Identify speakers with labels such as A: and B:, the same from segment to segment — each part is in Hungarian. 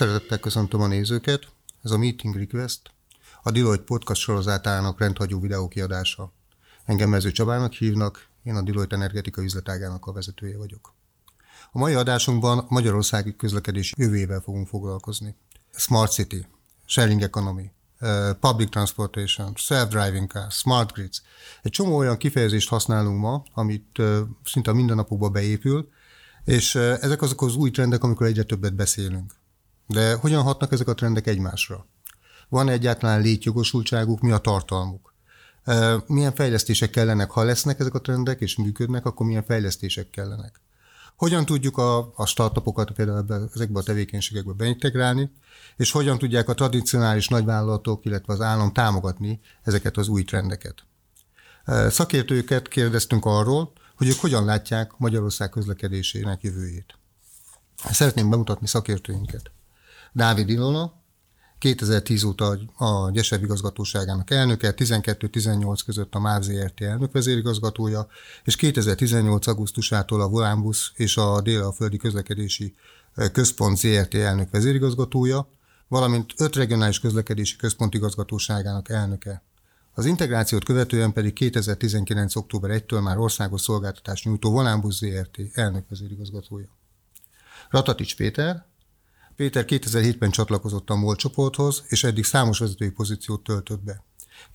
A: Szeretettel köszöntöm a nézőket, ez a Meeting Request, a Deloitte podcast sorozatának rendhagyó videókiadása. Engem Mező Csabának hívnak, én a Deloitte energetikai üzletágának a vezetője vagyok. A mai adásunkban a magyarországi közlekedés jövőjével fogunk foglalkozni. Smart City, Sharing Economy, Public Transportation, Self-Driving Cars, Smart Grids. Egy csomó olyan kifejezést használunk ma, amit szinte a mindennapokba beépül, és ezek azok az új trendek, amikor egyre többet beszélünk. De hogyan hatnak ezek a trendek egymásra? Van egyáltalán létjogosultságuk, mi a tartalmuk? Milyen fejlesztések kellenek, ha lesznek ezek a trendek és működnek, akkor milyen fejlesztések kellenek? Hogyan tudjuk a startupokat például ezekbe a tevékenységekbe beintegrálni, és hogyan tudják a tradicionális nagyvállalatok, illetve az állam támogatni ezeket az új trendeket? Szakértőket kérdeztünk arról, hogy ők hogyan látják Magyarország közlekedésének jövőjét. Szeretném bemutatni szakértőinket. Dávid Ilona, 2010 óta a GYSEV igazgatóságának elnöke, 12-18 között a MÁV Zrt. Elnök vezérigazgatója, és 2018. augusztusától a Volánbusz és a Dél-Alföldi Közlekedési Központ Zrt. Elnök vezérigazgatója, valamint 5 regionális közlekedési központ igazgatóságának elnöke. Az integrációt követően pedig 2019. október 1-től már országos szolgáltatást nyújtó Volánbusz Zrt. Elnök vezérigazgatója. Ratatics Péter 2007-ben csatlakozott a MOL csoporthoz, és eddig számos vezetői pozíciót töltött be.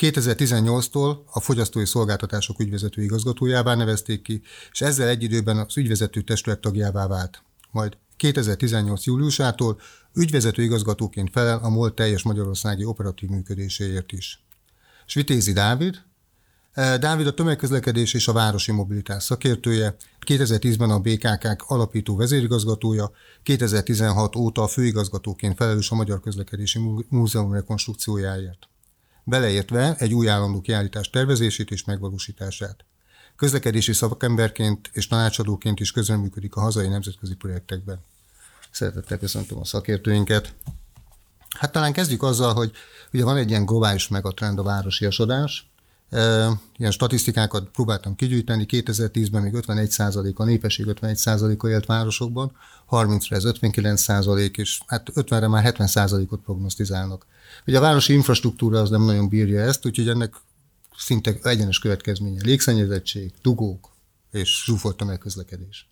A: 2018-tól a fogyasztói szolgáltatások ügyvezető igazgatójává nevezték ki, és ezzel egy időben az ügyvezető testület tagjává vált. Majd 2018. júliusától ügyvezető igazgatóként felel a MOL teljes magyarországi operatív működéséért is. Svitézi Dávid a tömegközlekedés és a városi mobilitás szakértője, 2010-ben a BKK alapító vezérigazgatója, 2016 óta a főigazgatóként felelős a Magyar Közlekedési Múzeum rekonstrukciójáért. Beleértve egy új állandó kiállítás tervezését és megvalósítását. Közlekedési szakemberként és tanácsadóként is közreműködik a hazai nemzetközi projektekben. Szeretettel köszöntöm a szakértőinket. Hát talán kezdjük azzal, hogy ugye van egy ilyen globális megatrend, a városiasodás. Ilyen statisztikákat próbáltam kigyűjteni, 2010-ben még 51%, a népesség 51%-a élt városokban, 30-ra ez 59%, és hát 50-re már 70%-ot prognosztizálnak. Ugye a városi infrastruktúra az nem nagyon bírja ezt, úgyhogy ennek szinte egyenes következménye légszennyezettség, dugók és zsúfolt tömegközlekedés.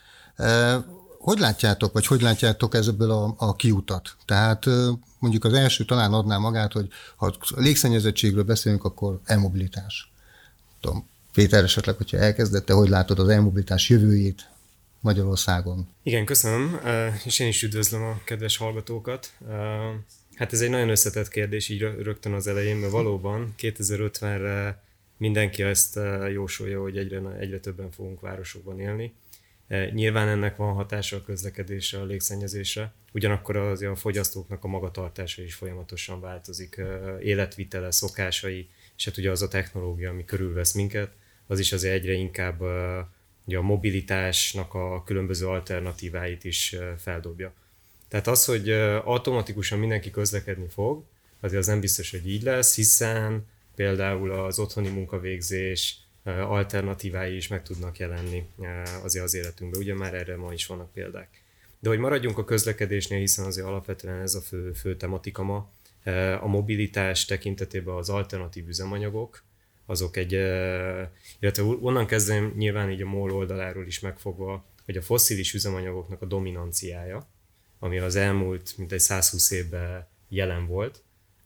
A: Hogy látjátok ebből a kiutat? Tehát mondjuk az első talán adná magát, hogy ha a légszennyezettségről beszélünk, akkor e-mobilitás. Tudom, Péter, esetleg, hogyha elkezdette, hogy látod az e-mobilitás jövőjét Magyarországon?
B: Igen, köszönöm, és én is üdvözlöm a kedves hallgatókat. Hát ez egy nagyon összetett kérdés így rögtön az elején, mert valóban 2050-re mindenki ezt jósolja, hogy egyre többen fogunk városokban élni. Nyilván ennek van hatása a közlekedésre, a légszennyezésre, ugyanakkor azért a fogyasztóknak a magatartása is folyamatosan változik, életvitele, szokásai, és hát ugye az a technológia, ami körülvesz minket, az is azért egyre inkább ugye a mobilitásnak a különböző alternatíváit is feldobja. Tehát az, hogy automatikusan mindenki közlekedni fog, azért az nem biztos, hogy így lesz, hiszen például az otthoni munkavégzés alternatívái is meg tudnak jelenni azért az életünkben. Ugye már erre ma is vannak példák. De hogy maradjunk a közlekedésnél, hiszen azért alapvetően ez a fő tematika ma. A mobilitás tekintetében az alternatív üzemanyagok, azok illetve onnan kezdem nyilván így a MOL oldaláról is megfogva, hogy a fosszilis üzemanyagoknak a dominanciája, ami az elmúlt mintegy 120 évben jelen volt,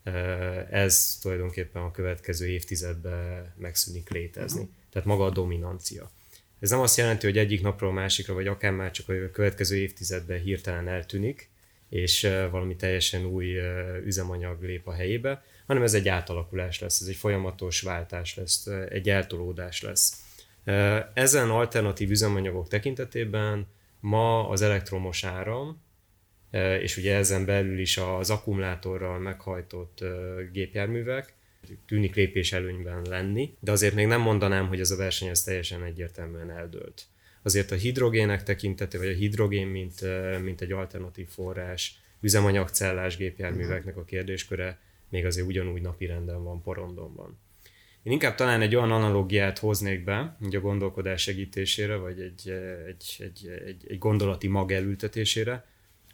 B: ez tulajdonképpen a következő évtizedben megszűnik létezni. Tehát maga a dominancia. Ez nem azt jelenti, hogy egyik napról a másikra, vagy akár már csak a következő évtizedben hirtelen eltűnik, és valami teljesen új üzemanyag lép a helyébe, hanem ez egy átalakulás lesz, ez egy folyamatos váltás lesz, egy eltolódás lesz. Ezen alternatív üzemanyagok tekintetében ma az elektromos áram, és ugye ezen belül is az akkumulátorral meghajtott gépjárművek tűnik lépéselőnyben lenni, de azért még nem mondanám, hogy ez a verseny ez teljesen egyértelműen eldőlt. Azért a hidrogének tekintetében, vagy a hidrogén, mint egy alternatív forrás, üzemanyagcellás gépjárműveknek a kérdésköre még azért ugyanúgy napirenden van, porondon van. Én inkább talán egy olyan analógiát hoznék be, így a gondolkodás segítésére, vagy egy gondolati mag elültetésére,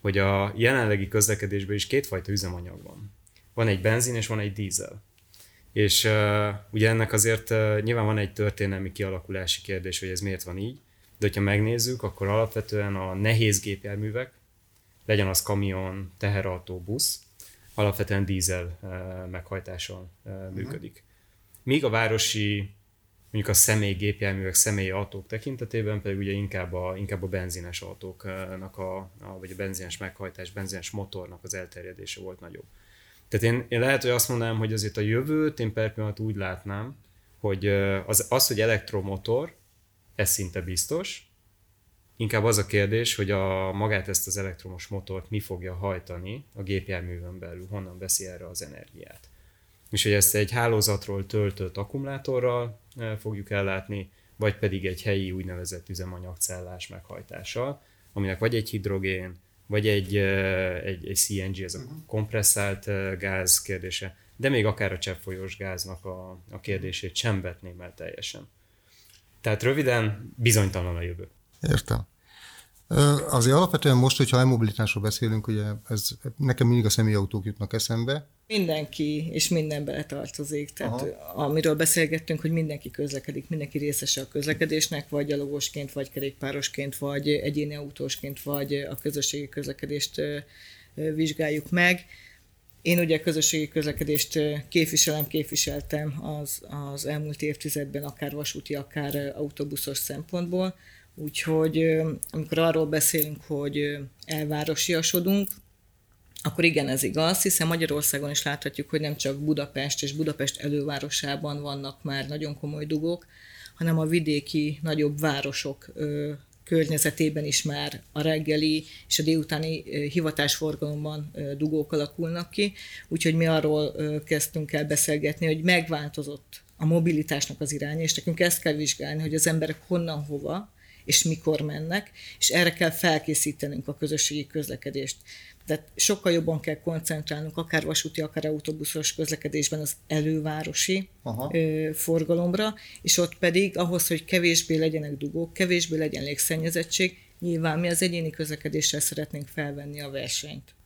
B: hogy a jelenlegi közlekedésben is kétfajta üzemanyag van. Van egy benzin és van egy dízel. És ugye ennek azért nyilván van egy történelmi kialakulási kérdés, hogy ez miért van így, de hogyha megnézzük, akkor alapvetően a nehéz gépjárművek, legyen az kamion, teherautó, busz, alapvetően dízel meghajtással működik. Míg a városi, mondjuk a személygépjárművek, személyi autók tekintetében pedig ugye inkább a benzines autóknak, vagy a benzines meghajtás, benzines motornak az elterjedése volt nagyobb. Tehát én lehet, hogy azt mondanám, hogy azért a jövőt én per pillanat úgy látnám, hogy az, hogy elektromotor, ez szinte biztos. Inkább az a kérdés, hogy magát ezt az elektromos motort mi fogja hajtani a gépjárművön belül, honnan veszi erre az energiát. És hogy ezt egy hálózatról töltött akkumulátorral fogjuk ellátni, vagy pedig egy helyi úgynevezett üzemanyagcellás meghajtással, aminek vagy egy hidrogén, vagy egy CNG, ez a kompresszált gáz kérdése, de még akár a cseppfolyós gáznak a kérdését sem vetném el teljesen. Tehát röviden bizonytalan a jövő.
A: Értem. Azért alapvetően most, hogyha e-mobilitásról beszélünk, ugye nekem mindig a személyautók jutnak eszembe.
C: Mindenki és minden beletartozik. Tehát amiről beszélgettünk, hogy mindenki közlekedik, mindenki részese a közlekedésnek, vagy gyalogosként, vagy kerékpárosként, vagy egyéni autósként, vagy a közösségi közlekedést vizsgáljuk meg. Én ugye a közösségi közlekedést képviseltem az elmúlt évtizedben, akár vasúti, akár autóbuszos szempontból. Úgyhogy amikor arról beszélünk, hogy elvárosiasodunk, akkor igen, ez igaz, hiszen Magyarországon is láthatjuk, hogy nem csak Budapest és Budapest elővárosában vannak már nagyon komoly dugók, hanem a vidéki nagyobb városok környezetében is már a reggeli és a délutáni hivatásforgalomban dugók alakulnak ki. Úgyhogy mi arról kezdtünk el beszélgetni, hogy megváltozott a mobilitásnak az iránya, és nekünk ezt kell vizsgálni, hogy az emberek honnan, hova és mikor mennek, és erre kell felkészítenünk a közösségi közlekedést. Tehát sokkal jobban kell koncentrálnunk, akár vasúti, akár autóbuszos közlekedésben az elővárosi forgalomra, és ott pedig ahhoz, hogy kevésbé legyenek dugók, kevésbé legyen légszennyezettség, nyilván mi az egyéni közlekedéssel szeretnénk felvenni a versenyt.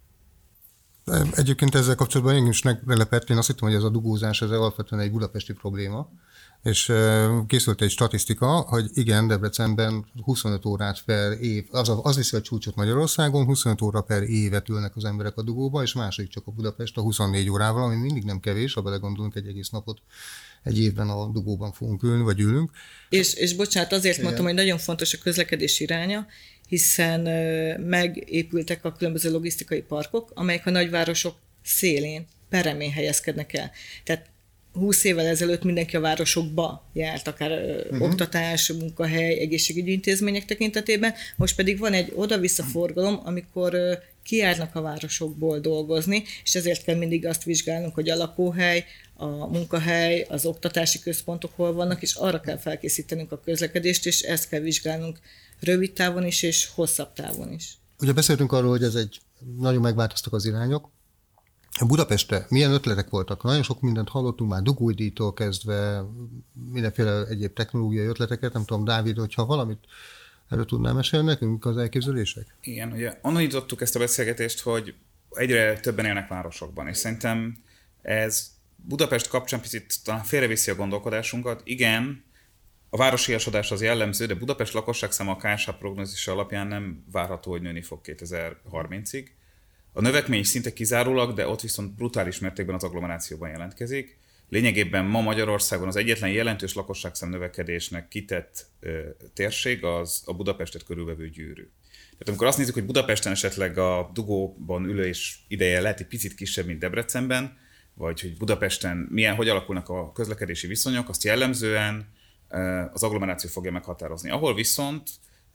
A: Egyébként ezzel kapcsolatban én is meglepett, én azt hittem, hogy ez a dugózás ez alapvetően egy budapesti probléma, és készült egy statisztika, hogy igen, Debrecenben 25 órát per év, az viszi a csúcsot Magyarországon, 25 óra per évet ülnek az emberek a dugóba, és második csak a Budapest a 24 órával, ami mindig nem kevés, ha belegondolunk, egy egész napot egy évben a dugóban fogunk ülni, vagy ülünk.
C: És bocsánat, azért mondtam, hogy nagyon fontos a közlekedés iránya, hiszen megépültek a különböző logisztikai parkok, amelyek a nagyvárosok szélén, peremén helyezkednek el. Tehát 20 évvel ezelőtt mindenki a városokba járt, akár oktatás, munkahely, egészségügyi intézmények tekintetében, most pedig van egy oda-vissza forgalom, amikor kijárnak a városokból dolgozni, és ezért kell mindig azt vizsgálnunk, hogy a lakóhely, a munkahely, az oktatási központok hol vannak, és arra kell felkészítenünk a közlekedést, és ezt kell vizsgálnunk rövid távon is, és hosszabb távon is.
A: Ugye beszéltünk arról, hogy nagyon megváltoztak az irányok. Budapestre milyen ötletek voltak? Nagyon sok mindent hallottunk már, dugódíjtól kezdve mindenféle egyéb technológiai ötleteket. Nem tudom, Dávid, hogyha valamit erről tudnál mesélni nekünk az elképzelések?
D: Igen, ugye onnan nyitottuk ezt a beszélgetést, hogy egyre többen élnek városokban, és szerintem ez Budapest kapcsán picit talán félreviszi a gondolkodásunkat. Igen, a városiasodás az jellemző, de Budapest lakosságszáma a KSH prognózisa alapján nem várható, hogy nőni fog 2030-ig. A növekmény szinte kizárólag, de ott viszont brutális mértékben az agglomerációban jelentkezik. Lényegében ma Magyarországon az egyetlen jelentős lakosságszám növekedésnek kitett térség az a Budapestet körülvevő gyűrű. Tehát amikor azt nézzük, hogy Budapesten esetleg a dugóban ülés ideje lehet egy picit kisebb, mint Debrecenben, vagy hogy Budapesten hogy alakulnak a közlekedési viszonyok, azt jellemzően az agglomeráció fogja meghatározni. Ahol viszont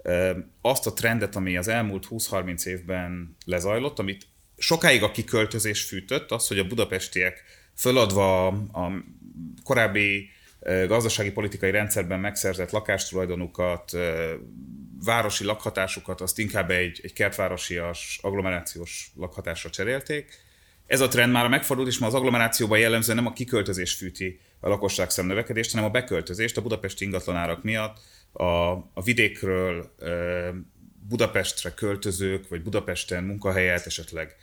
D: azt a trendet, ami az elmúlt 20-30 évben lezajlott, amit sokáig a kiköltözés fűtött, az, hogy a budapestiek föladva a korábbi gazdasági politikai rendszerben megszerzett lakástulajdonukat, városi lakhatásukat, azt inkább egy kertvárosias, agglomerációs lakhatásra cserélték. Ez a trend már megfordult, és ma az agglomerációban jellemzően nem a kiköltözés fűti a lakosságszám növekedést, hanem a beköltözést a budapesti ingatlanárak miatt, a vidékről Budapestre költözők, vagy Budapesten munkahelyet, esetleg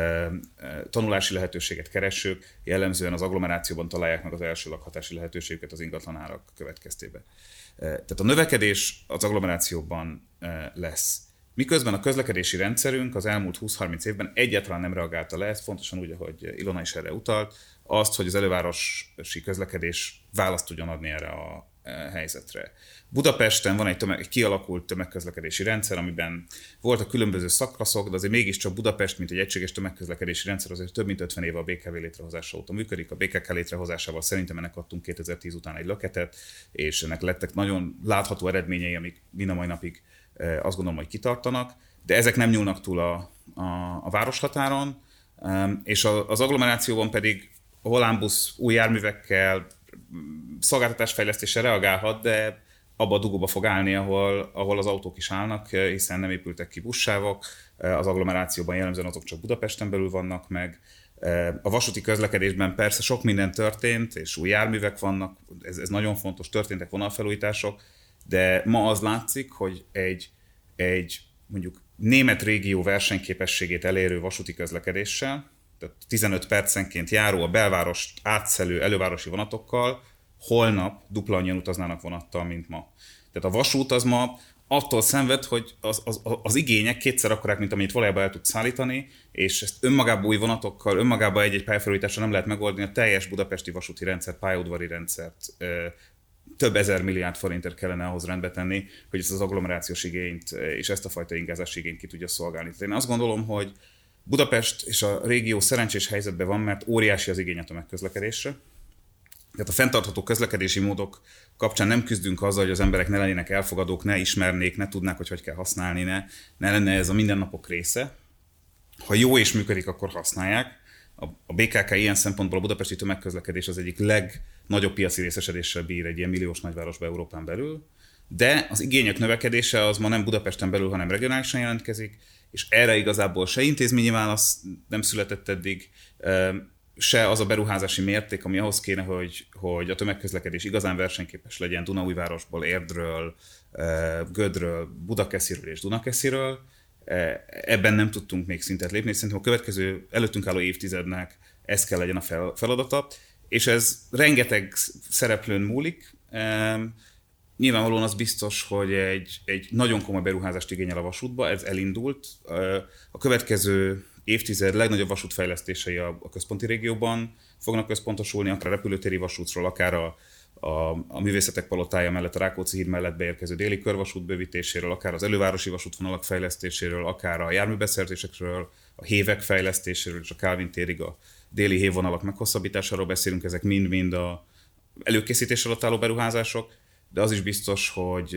D: tanulási lehetőséget keresők jellemzően az agglomerációban találják meg az első lakhatási lehetőségüket az ingatlanárak következtében. Tehát a növekedés az agglomerációban lesz. Miközben a közlekedési rendszerünk az elmúlt 20-30 évben egyáltalán nem reagálta le, ez fontosan úgy, ahogy Ilona is erre utalt, azt, hogy az elővárosi közlekedés választ tudjon adni erre a helyzetre. Budapesten van egy kialakult tömegközlekedési rendszer, amiben voltak különböző szakaszok, de azért mégiscsak Budapest, mint egy egységes tömegközlekedési rendszer, azért több mint 50 éve a BKV létrehozása óta működik. A BKK létrehozásával szerintem ennek adtunk 2010 után egy löketet, és ennek lettek nagyon látható eredményei, amik mind a mai napig azt gondolom, hogy kitartanak, de ezek nem nyúlnak túl a városhatáron, és az agglomerációban pedig a Volánbusz új járművekkel, szolgáltatásfejlesztésre reagálhat, de abba a dugóba fog állni, ahol az autók is állnak, hiszen nem épültek ki buszsávok, az agglomerációban jellemzően azok csak Budapesten belül vannak meg. A vasúti közlekedésben persze sok minden történt, és új járművek vannak, ez nagyon fontos, történtek vonalfelújítások, de ma az látszik, hogy egy mondjuk német régió versenyképességét elérő vasúti közlekedéssel, tehát 15 percenként járó a belvárost átszelő elővárosi vonatokkal holnap dupla annyian utaznának vonattal, mint ma. Tehát a vasút az ma attól szenved, hogy az igények kétszer akkorák, mint amit valójában el tud szállítani, és ezt önmagában új vonatokkal, önmagában egy pályafelújítással nem lehet megoldani. A teljes budapesti vasúti rendszer, pályaudvari rendszert több ezer milliárd forintért kellene ahhoz rendbe tenni, hogy ezt az agglomerációs igényt és ezt a fajta ingázási igényt ki tudja szolgálni. Én azt gondolom, hogy Budapest és a régió szerencsés helyzetben van, mert óriási az igény a tömegközlekedésre. Tehát a fenntartható közlekedési módok kapcsán nem küzdünk azzal, hogy az emberek ne lennének elfogadók, ne ismernék, ne tudnák, hogy kell használni, ne lenne ez a mindennapok része. Ha jó és működik, akkor használják. A BKK ilyen szempontból a budapesti tömegközlekedés az egyik legnagyobb piaci részesedéssel bír egy ilyen milliós nagyvárosba Európán belül, de az igények növekedése az ma nem Budapesten belül, hanem regionálisan jelentkezik, és erre igazából se intézményi válasz nem született eddig, se az a beruházási mérték, ami ahhoz kéne, hogy a tömegközlekedés igazán versenyképes legyen Dunaújvárosból, Érdről, Gödről, Budakesziről és Dunakesziről. Ebben nem tudtunk még szintet lépni, és szerintem a következő előttünk álló évtizednek ez kell legyen a feladata, és ez rengeteg szereplőn múlik. Nyilvánvalóan az biztos, hogy egy nagyon komoly beruházást igényel a vasútba, ez elindult. A következő évtized legnagyobb vasútfejlesztései a központi régióban fognak központosulni, akár a repülőtéri vasútról, akár a Művészetek Palotája mellett, a Rákóczi híd mellett beérkező déli körvasút bővítéséről, akár az elővárosi vasútvonalak fejlesztéséről, akár a járműbeszerzésekről, a hévek fejlesztéséről és a Kálvin térig a déli hévvonalak meghosszabbításáról beszélünk, ezek mind-mind a előkészítés alatt álló beruházások, de az is biztos,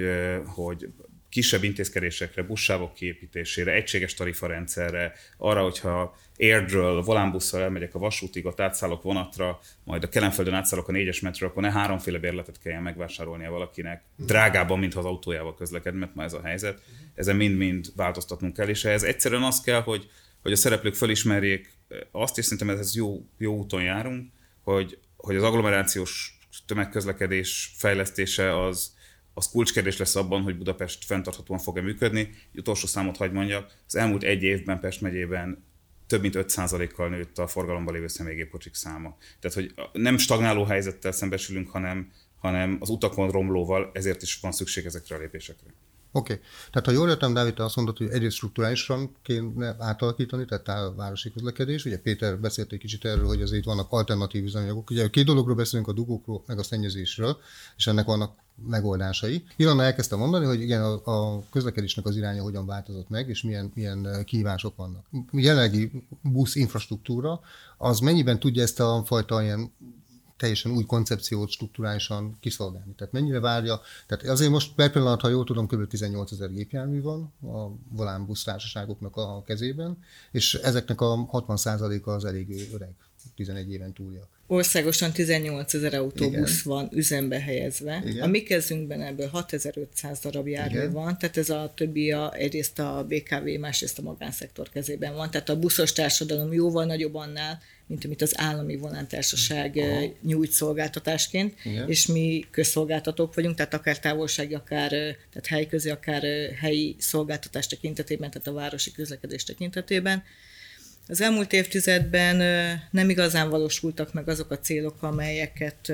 D: hogy kisebb intézkedésekre, buszsávok kiépítésére, egységes tarifarendszerre, arra, hogyha Érdről, volánbusszal elmegyek a vasútig, ott átszállok vonatra, majd a Kelenföldön átszállok a 4-es metről, akkor ne háromféle bérletet kelljen megvásárolnia valakinek, drágában, mintha az autójával közlekedne, mert ma ez a helyzet. Ezen mind-mind változtatnunk kell, és ehhez egyszerűen az kell, hogy a szereplők felismerjék azt, és szerintem ez jó úton járunk, hogy az agglomerációs tömegközlekedés fejlesztése az kulcskérdés lesz abban, hogy Budapest fenntarthatóan fog-e működni. Egy utolsó számot hadd mondjak, az elmúlt egy évben Pest megyében több mint 5%-kal nőtt a forgalomban lévő személygépkocsik száma. Tehát, hogy nem stagnáló helyzettel szembesülünk, hanem az utakon romlóval, ezért is van szükség ezekre a lépésekre.
A: Oké. Tehát ha jól értem, Dávid, te azt mondod, hogy egyrészt strukturálisan kéne átalakítani, tehát a városi közlekedés. Ugye Péter beszélt egy kicsit erről, hogy azért vannak alternatív üzemanyagok. Ugye két dologról beszélünk, a dugókról, meg a szennyezésről, és ennek vannak megoldásai. Ilona elkezdte mondani, hogy igen, a közlekedésnek az iránya hogyan változott meg, és milyen kihívások vannak. Jelenlegi busz infrastruktúra, az mennyiben tudja ezt a fajta ilyen teljesen új koncepciót strukturálisan kiszolgálni. Tehát mennyire várja, tehát azért most per pillanat, ha jól tudom, kb. 18 000 gépjármű van a volánbusz társaságoknak a kezében, és ezeknek a 60%-a az elég öreg. 11 éven túliak.
C: Országosan 18 000 autóbusz
A: Igen.
C: van üzembe helyezve.
A: Igen.
C: A mi kezünkben ebből 6500 darab jármű
A: Igen.
C: van, tehát ez a többi egyrészt a BKV, másrészt a magánszektor kezében van. Tehát a buszos társadalom jóval nagyobb annál, mint amit az állami vonántársaság nyújt szolgáltatásként,
A: Igen.
C: és mi közszolgáltatók vagyunk, tehát akár távolsági, akár tehát helyközi, akár helyi szolgáltatás tekintetében, tehát a városi közlekedés tekintetében. Az elmúlt évtizedben nem igazán valósultak meg azok a célok, amelyeket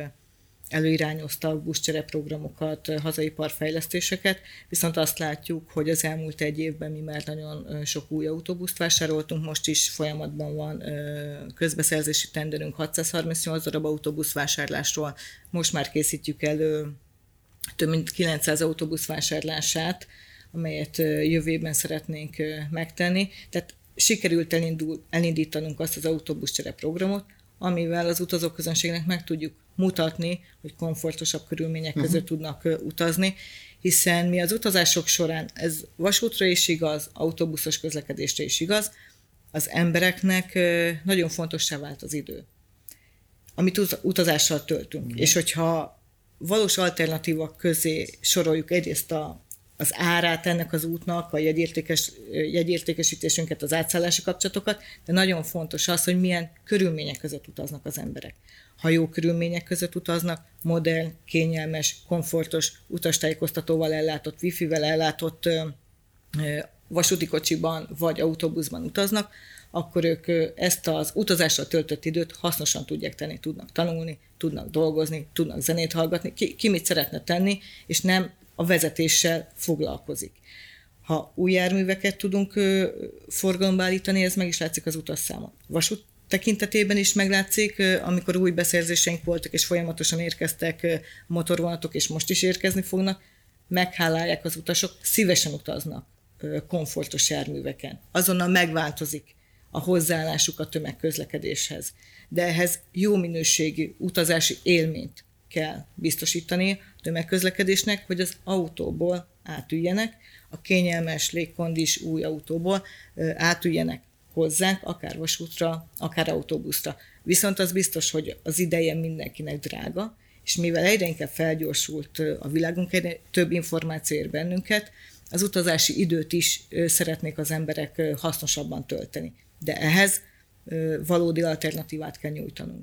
C: előirányoztak, buszcsereprogramokat, hazai iparfejlesztéseket, viszont azt látjuk, hogy az elmúlt egy évben mi már nagyon sok új autóbuszt vásároltunk, most is folyamatban van közbeszerzési tenderünk 638 darab autóbusz vásárlásról, most már készítjük elő több mint 900 autóbusz vásárlását, amelyet jövő évben szeretnénk megtenni. Tehát sikerült elindítanunk azt az autóbuszcsere programot, amivel az utazóközönségnek meg tudjuk mutatni, hogy komfortosabb körülmények között tudnak utazni, hiszen mi az utazások során, ez vasútra is igaz, autóbuszos közlekedésre is igaz, az embereknek nagyon fontossá vált az idő, amit utazással töltünk. És hogyha valós alternatívak közé soroljuk egyrészt az árát ennek az útnak, a jegyértékesítésünket, az átszállási kapcsolatokat, de nagyon fontos az, hogy milyen körülmények között utaznak az emberek. Ha jó körülmények között utaznak, modern, kényelmes, komfortos, utastájékoztatóval ellátott, wifi-vel ellátott vasúti kocsiban vagy autóbuszban utaznak, akkor ők ezt az utazással töltött időt hasznosan tudják tenni, tudnak tanulni, tudnak dolgozni, tudnak zenét hallgatni, ki mit szeretne tenni, és nem a vezetéssel foglalkozik. Ha új járműveket tudunk forgalomba állítani, ez meg is látszik az utasszámon. Vasút tekintetében is meglátszik, amikor új beszerzéseink voltak, és folyamatosan érkeztek motorvonatok, és most is érkezni fognak, meghálálják az utasok, szívesen utaznak komfortos járműveken. Azonnal megváltozik a hozzáállásuk a tömegközlekedéshez. De ehhez jó minőségű utazási élményt kell biztosítani a tömegközlekedésnek, hogy az autóból átüljenek, a kényelmes, légkondis új autóból átüljenek hozzánk, akár vasútra, akár autóbuszra. Viszont az biztos, hogy az ideje mindenkinek drága, és mivel egyre inkább felgyorsult a világunk, egyre több információ ér bennünket, az utazási időt is szeretnék az emberek hasznosabban tölteni. De ehhez valódi alternatívát kell nyújtanunk.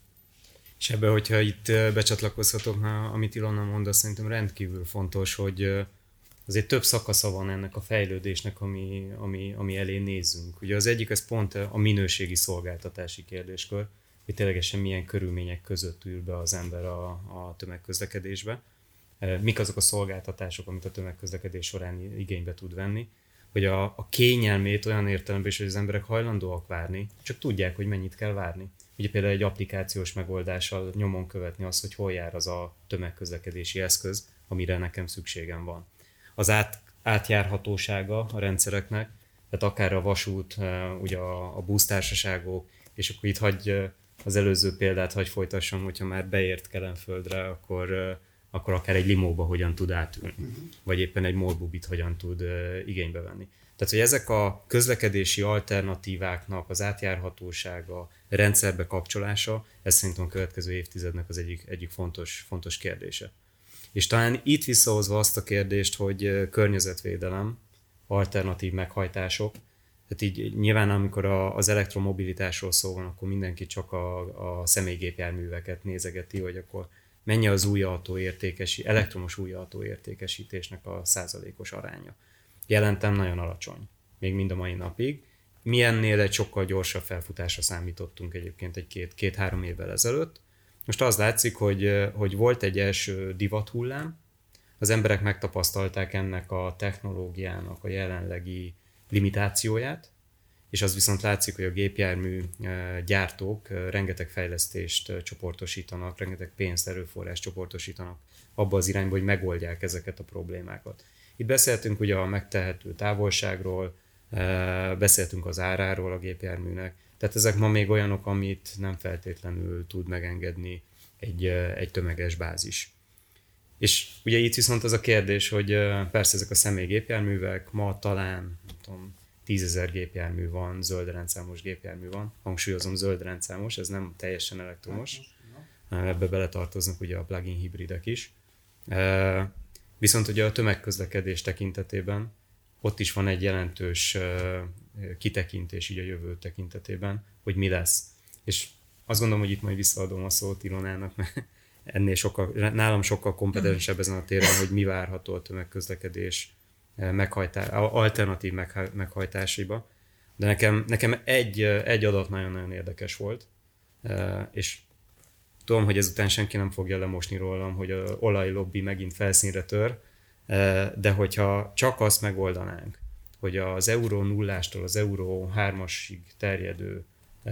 B: És ebben, hogyha itt becsatlakozhatok, amit Ilona mond, azt szerintem rendkívül fontos, hogy azért több szakasza van ennek a fejlődésnek, ami elé nézzünk. Ugye az egyik, ez pont a minőségi szolgáltatási kérdéskör, hogy ténylegesen milyen körülmények között ül be az ember a tömegközlekedésbe. Mik azok a szolgáltatások, amit a tömegközlekedés során igénybe tud venni, hogy a kényelmét olyan értelemben is, hogy az emberek hajlandóak várni, csak tudják, hogy mennyit kell várni. Ugye például egy applikációs megoldással nyomon követni azt, hogy hol jár az a tömegközlekedési eszköz, amire nekem szükségem van. Az átjárhatósága a rendszereknek, tehát akár a vasút, ugye a busztársaságok, és akkor itt az előző példát hagy folytassam, hogyha már beért Kelenföldre, akkor akár egy limóba hogyan tud átülni, vagy éppen egy morbubit hogyan tud igénybe venni. Tehát, hogy ezek a közlekedési alternatíváknak az átjárhatósága, rendszerbe kapcsolása, ez szerintem a következő évtizednek az egyik fontos kérdése. És talán itt visszahozva azt a kérdést, hogy környezetvédelem, alternatív meghajtások, tehát így nyilván amikor az elektromobilitásról szó van, akkor mindenki csak a személygépjárműveket nézegeti, hogy akkor mennyi az elektromos új autó értékesítésnek a százalékos aránya. Jelentem nagyon alacsony, még mind a mai napig. Mi ennél egy sokkal gyorsabb felfutásra számítottunk egyébként egy 2-3 évvel ezelőtt. Most az látszik, hogy volt egy első divathullám, az emberek megtapasztalták ennek a technológiának a jelenlegi limitációját, és az viszont látszik, hogy a gépjármű gyártók rengeteg fejlesztést csoportosítanak, rengeteg pénzt, erőforrást csoportosítanak abba az irányba, hogy megoldják ezeket a problémákat. Itt beszéltünk ugye a megtehető távolságról, beszéltünk az áráról a gépjárműnek, tehát ezek ma még olyanok, amit nem feltétlenül tud megengedni egy tömeges bázis. És ugye itt viszont az a kérdés, hogy persze ezek a személygépjárművek ma talán 10 000 gépjármű van, zöld rendszámos gépjármű van. Hangsúlyozom, zöld rendszámos, ez nem teljesen elektromos. Ebbe beletartoznak ugye a plug-in hibridek is. Viszont ugye a tömegközlekedés tekintetében ott is van egy jelentős kitekintés így a jövő tekintetében, hogy mi lesz. És azt gondolom, hogy itt majd visszaadom a szót Ilonának, mert nálam sokkal kompetensebb ezen a téren, hogy mi várható a tömegközlekedés alternatív meghajtásaiba. De nekem egy adat nagyon-nagyon érdekes volt, és tudom, hogy ezután senki nem fogja lemosni rólam, hogy az olajlobby megint felszínre tör, de hogyha csak azt megoldanánk, hogy az Euró 0-tól az Euró 3-asig terjedő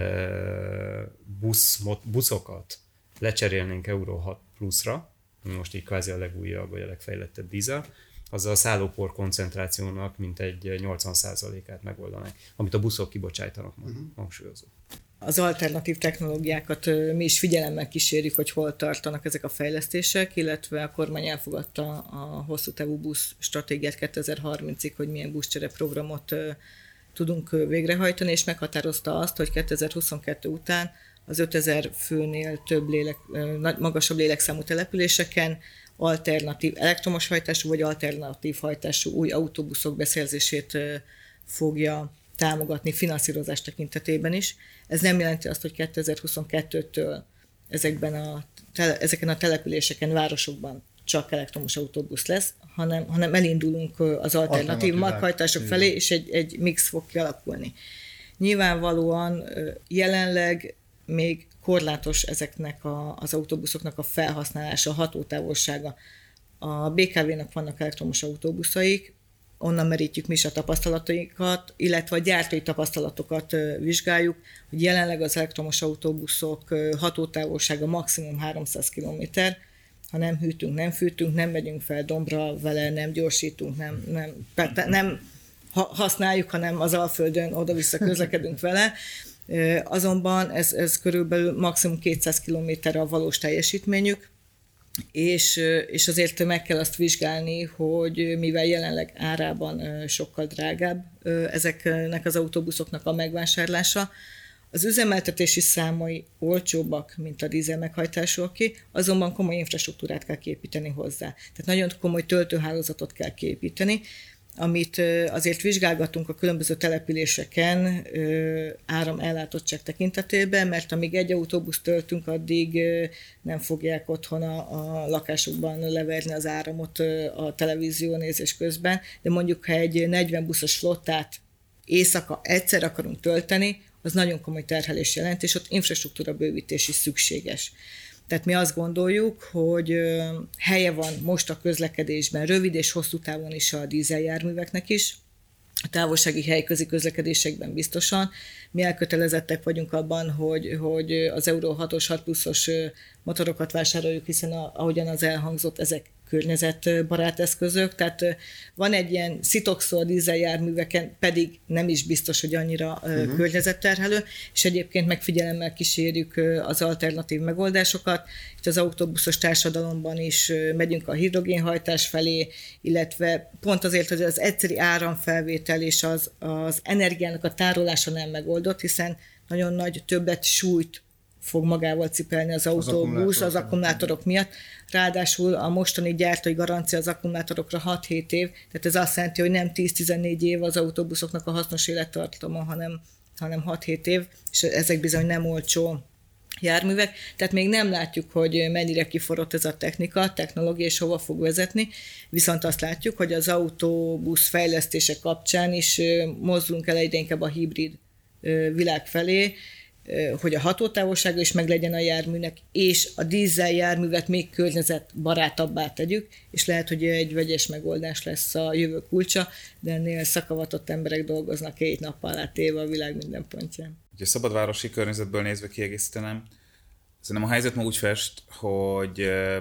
B: buszokat lecserélnénk Euró 6 pluszra, most így kvázi a legújabb vagy a legfejlettebb dízel, azzal a szállópor koncentrációnak mintegy 80%-át megoldanánk, amit a buszok kibocsájtanak majd, hangsúlyozó.
C: Az alternatív technológiákat mi is figyelemmel kísérjük, hogy hol tartanak ezek a fejlesztések, illetve a kormány elfogadta a hosszú távú busz stratégiát 2030-ig, hogy milyen buszcsere programot tudunk végrehajtani, és meghatározta azt, hogy 2022 után az 5000 főnél magasabb lélekszámú településeken alternatív elektromos hajtású vagy alternatív hajtású új autóbuszok beszerzését fogja támogatni finanszírozás tekintetében is. Ez nem jelenti azt, hogy 2022-től ezeken a településeken, városokban csak elektromos autóbusz lesz, hanem elindulunk az alternatív meghajtások felé, és egy mix fog kialakulni. Nyilvánvalóan jelenleg még korlátos ezeknek az autóbuszoknak a felhasználása, a hatótávolsága. A BKV-nak vannak elektromos autóbuszaik, onnan merítjük mi is a tapasztalatainkat, illetve a gyártói tapasztalatokat vizsgáljuk, hogy jelenleg az elektromos autóbuszok hatótávolsága maximum 300 km, ha nem hűtünk, nem fűtünk, nem megyünk fel dombra vele, nem gyorsítunk, nem használjuk, hanem az Alföldön oda-vissza közlekedünk vele. Azonban ez körülbelül maximum 200 km a valós teljesítményük, és azért meg kell azt vizsgálni, hogy mivel jelenleg árában sokkal drágább ezeknek az autóbuszoknak a megvásárlása, az üzemeltetési számai olcsóbbak, mint a dízel meghajtásúaké, azonban komoly infrastruktúrát kell kiépíteni hozzá. Tehát nagyon komoly töltőhálózatot kell kiépíteni, amit azért vizsgálgatunk a különböző településeken áramellátottság tekintetében, mert amíg egy autóbuszt töltünk, addig nem fogják otthon a lakásokban leverni az áramot a televízió nézés közben, de mondjuk, ha egy 40 buszos flottát éjszaka egyszer akarunk tölteni, az nagyon komoly terhelés jelent, és ott infrastruktúra bővítés is szükséges. Tehát mi azt gondoljuk, hogy helye van most a közlekedésben, rövid és hosszú távon is a dízeljárműveknek is, a távolsági helyközi közlekedésekben biztosan. Mi elkötelezettek vagyunk abban, hogy az Euró 6-os, 6 pluszos motorokat vásároljuk, hiszen ahogyan az elhangzott, ezek környezetbarát eszközök, tehát van egy ilyen szitokszó a dízeljárműveken, pedig nem is biztos, hogy annyira környezetterhelő, és egyébként megfigyelemmel kísérjük az alternatív megoldásokat. Itt az autóbuszos társadalomban is megyünk a hidrogénhajtás felé, illetve pont azért, hogy az egyszeri áramfelvétel és az energiának a tárolása nem megoldott, hiszen nagyon nagy többet súlyt fog magával cipelni az autóbusz az akkumulátorok miatt. Ráadásul a mostani gyártói garancia az akkumulátorokra 6-7 év, tehát ez azt jelenti, hogy nem 10-14 év az autóbuszoknak a hasznos élettartama, hanem 6-7 év, és ezek bizony nem olcsó járművek. Tehát még nem látjuk, hogy mennyire kiforrott ez a technológia, és hova fog vezetni, viszont azt látjuk, hogy az autóbusz fejlesztése kapcsán is mozdulunk el egyre inkább a hibrid világ felé, hogy a hatótávolsága is meglegyen a járműnek, és a dízel járművet még környezetbarátabbá tegyük, és lehet, hogy egy vegyes megoldás lesz a jövő kulcsa, de ennél szakavatott emberek dolgoznak 2 nappal átéve a világ minden pontján.
D: Ugye szabadvárosi környezetből nézve kiegészítenem, szerintem a helyzet ma úgy fest, hogy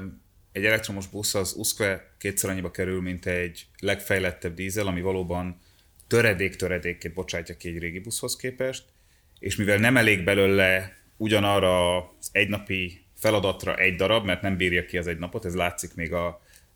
D: egy elektromos busz az uszkve 2-szer annyiba kerül, mint egy legfejlettebb dízel, ami valóban töredékként bocsátja ki egy régi buszhoz képest, és mivel nem elég belőle ugyanarra az egynapi feladatra egy darab, mert nem bírja ki az egy napot, ez látszik még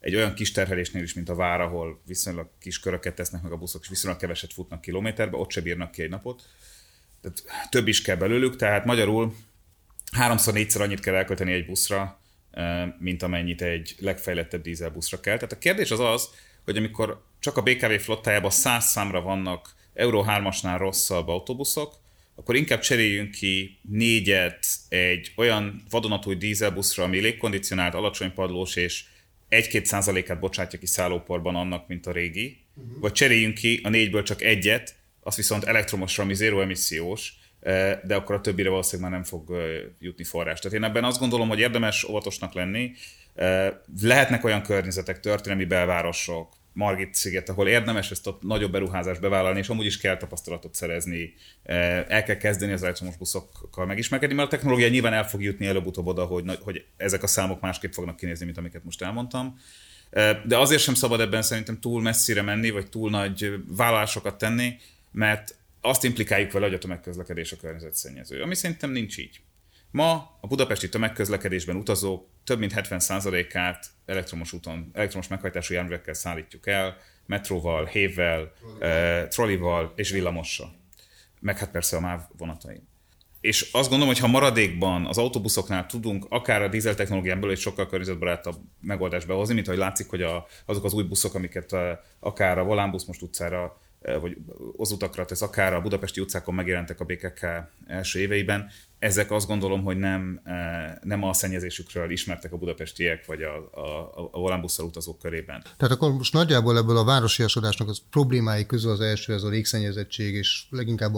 D: egy olyan kis terhelésnél is, mint a vár, ahol viszonylag kis köröket tesznek meg a buszok, és viszonylag keveset futnak kilométerbe, ott se bírnak ki egy napot. Tehát több is kell belőlük, tehát magyarul 3-4-szer annyit kell elkölteni egy buszra, mint amennyit egy legfejlettebb dízelbuszra kell. Tehát a kérdés az, hogy amikor csak a BKV flottájában 100 számra vannak Euro 3-asnál rosszabb autóbuszok, akkor inkább cseréljünk ki 4-et egy olyan vadonatúj dízelbuszra, ami légkondicionált, alacsony padlós és 1-2%-át bocsátja ki szállóporban annak, mint a régi, vagy cseréljünk ki a 4-ből csak egyet, azt viszont elektromosra, ami zéró emissziós, de akkor a többire valószínűleg már nem fog jutni forrás. Tehát én ebben azt gondolom, hogy érdemes óvatosnak lenni. Lehetnek olyan környezetek, történelmi belvárosok, Margit-sziget, ahol érdemes ezt a nagyobb beruházást bevállalni, és amúgy is kell tapasztalatot szerezni, el kell kezdeni az elektromos buszokkal megismerkedni, mert a technológia nyilván el fog jutni előbb-utóbb oda, hogy ezek a számok másképp fognak kinézni, mint amiket most elmondtam. De azért sem szabad ebben szerintem túl messzire menni, vagy túl nagy vállalásokat tenni, mert azt implikáljuk vele, hogy a tömegközlekedés a környezetszennyező, ami szerintem nincs így. Ma a budapesti tömegközlekedésben utazók több mint 70%-át elektromos meghajtású járművekkel szállítjuk el, metróval, hévvel, trollival és villamossal. Meg hát persze a MÁV vonatain. És azt gondolom, hogy ha maradékban az autóbuszoknál tudunk akár a dízel technológián belül egy sokkal környezetbarátabb megoldást behozni, mint ahogy látszik, hogy azok az új buszok, amiket akár a Volánbusz most utcára vagy az utakra tesz, akár a budapesti utcákon megjelentek a BKK első éveiben, ezek azt gondolom, hogy nem a szennyezésükről ismertek a budapestiek, vagy a volánbusszal utazók körében.
A: Tehát akkor most nagyjából ebből a városiasodásnak az problémái közül az első, ez a légszennyezettség, és leginkább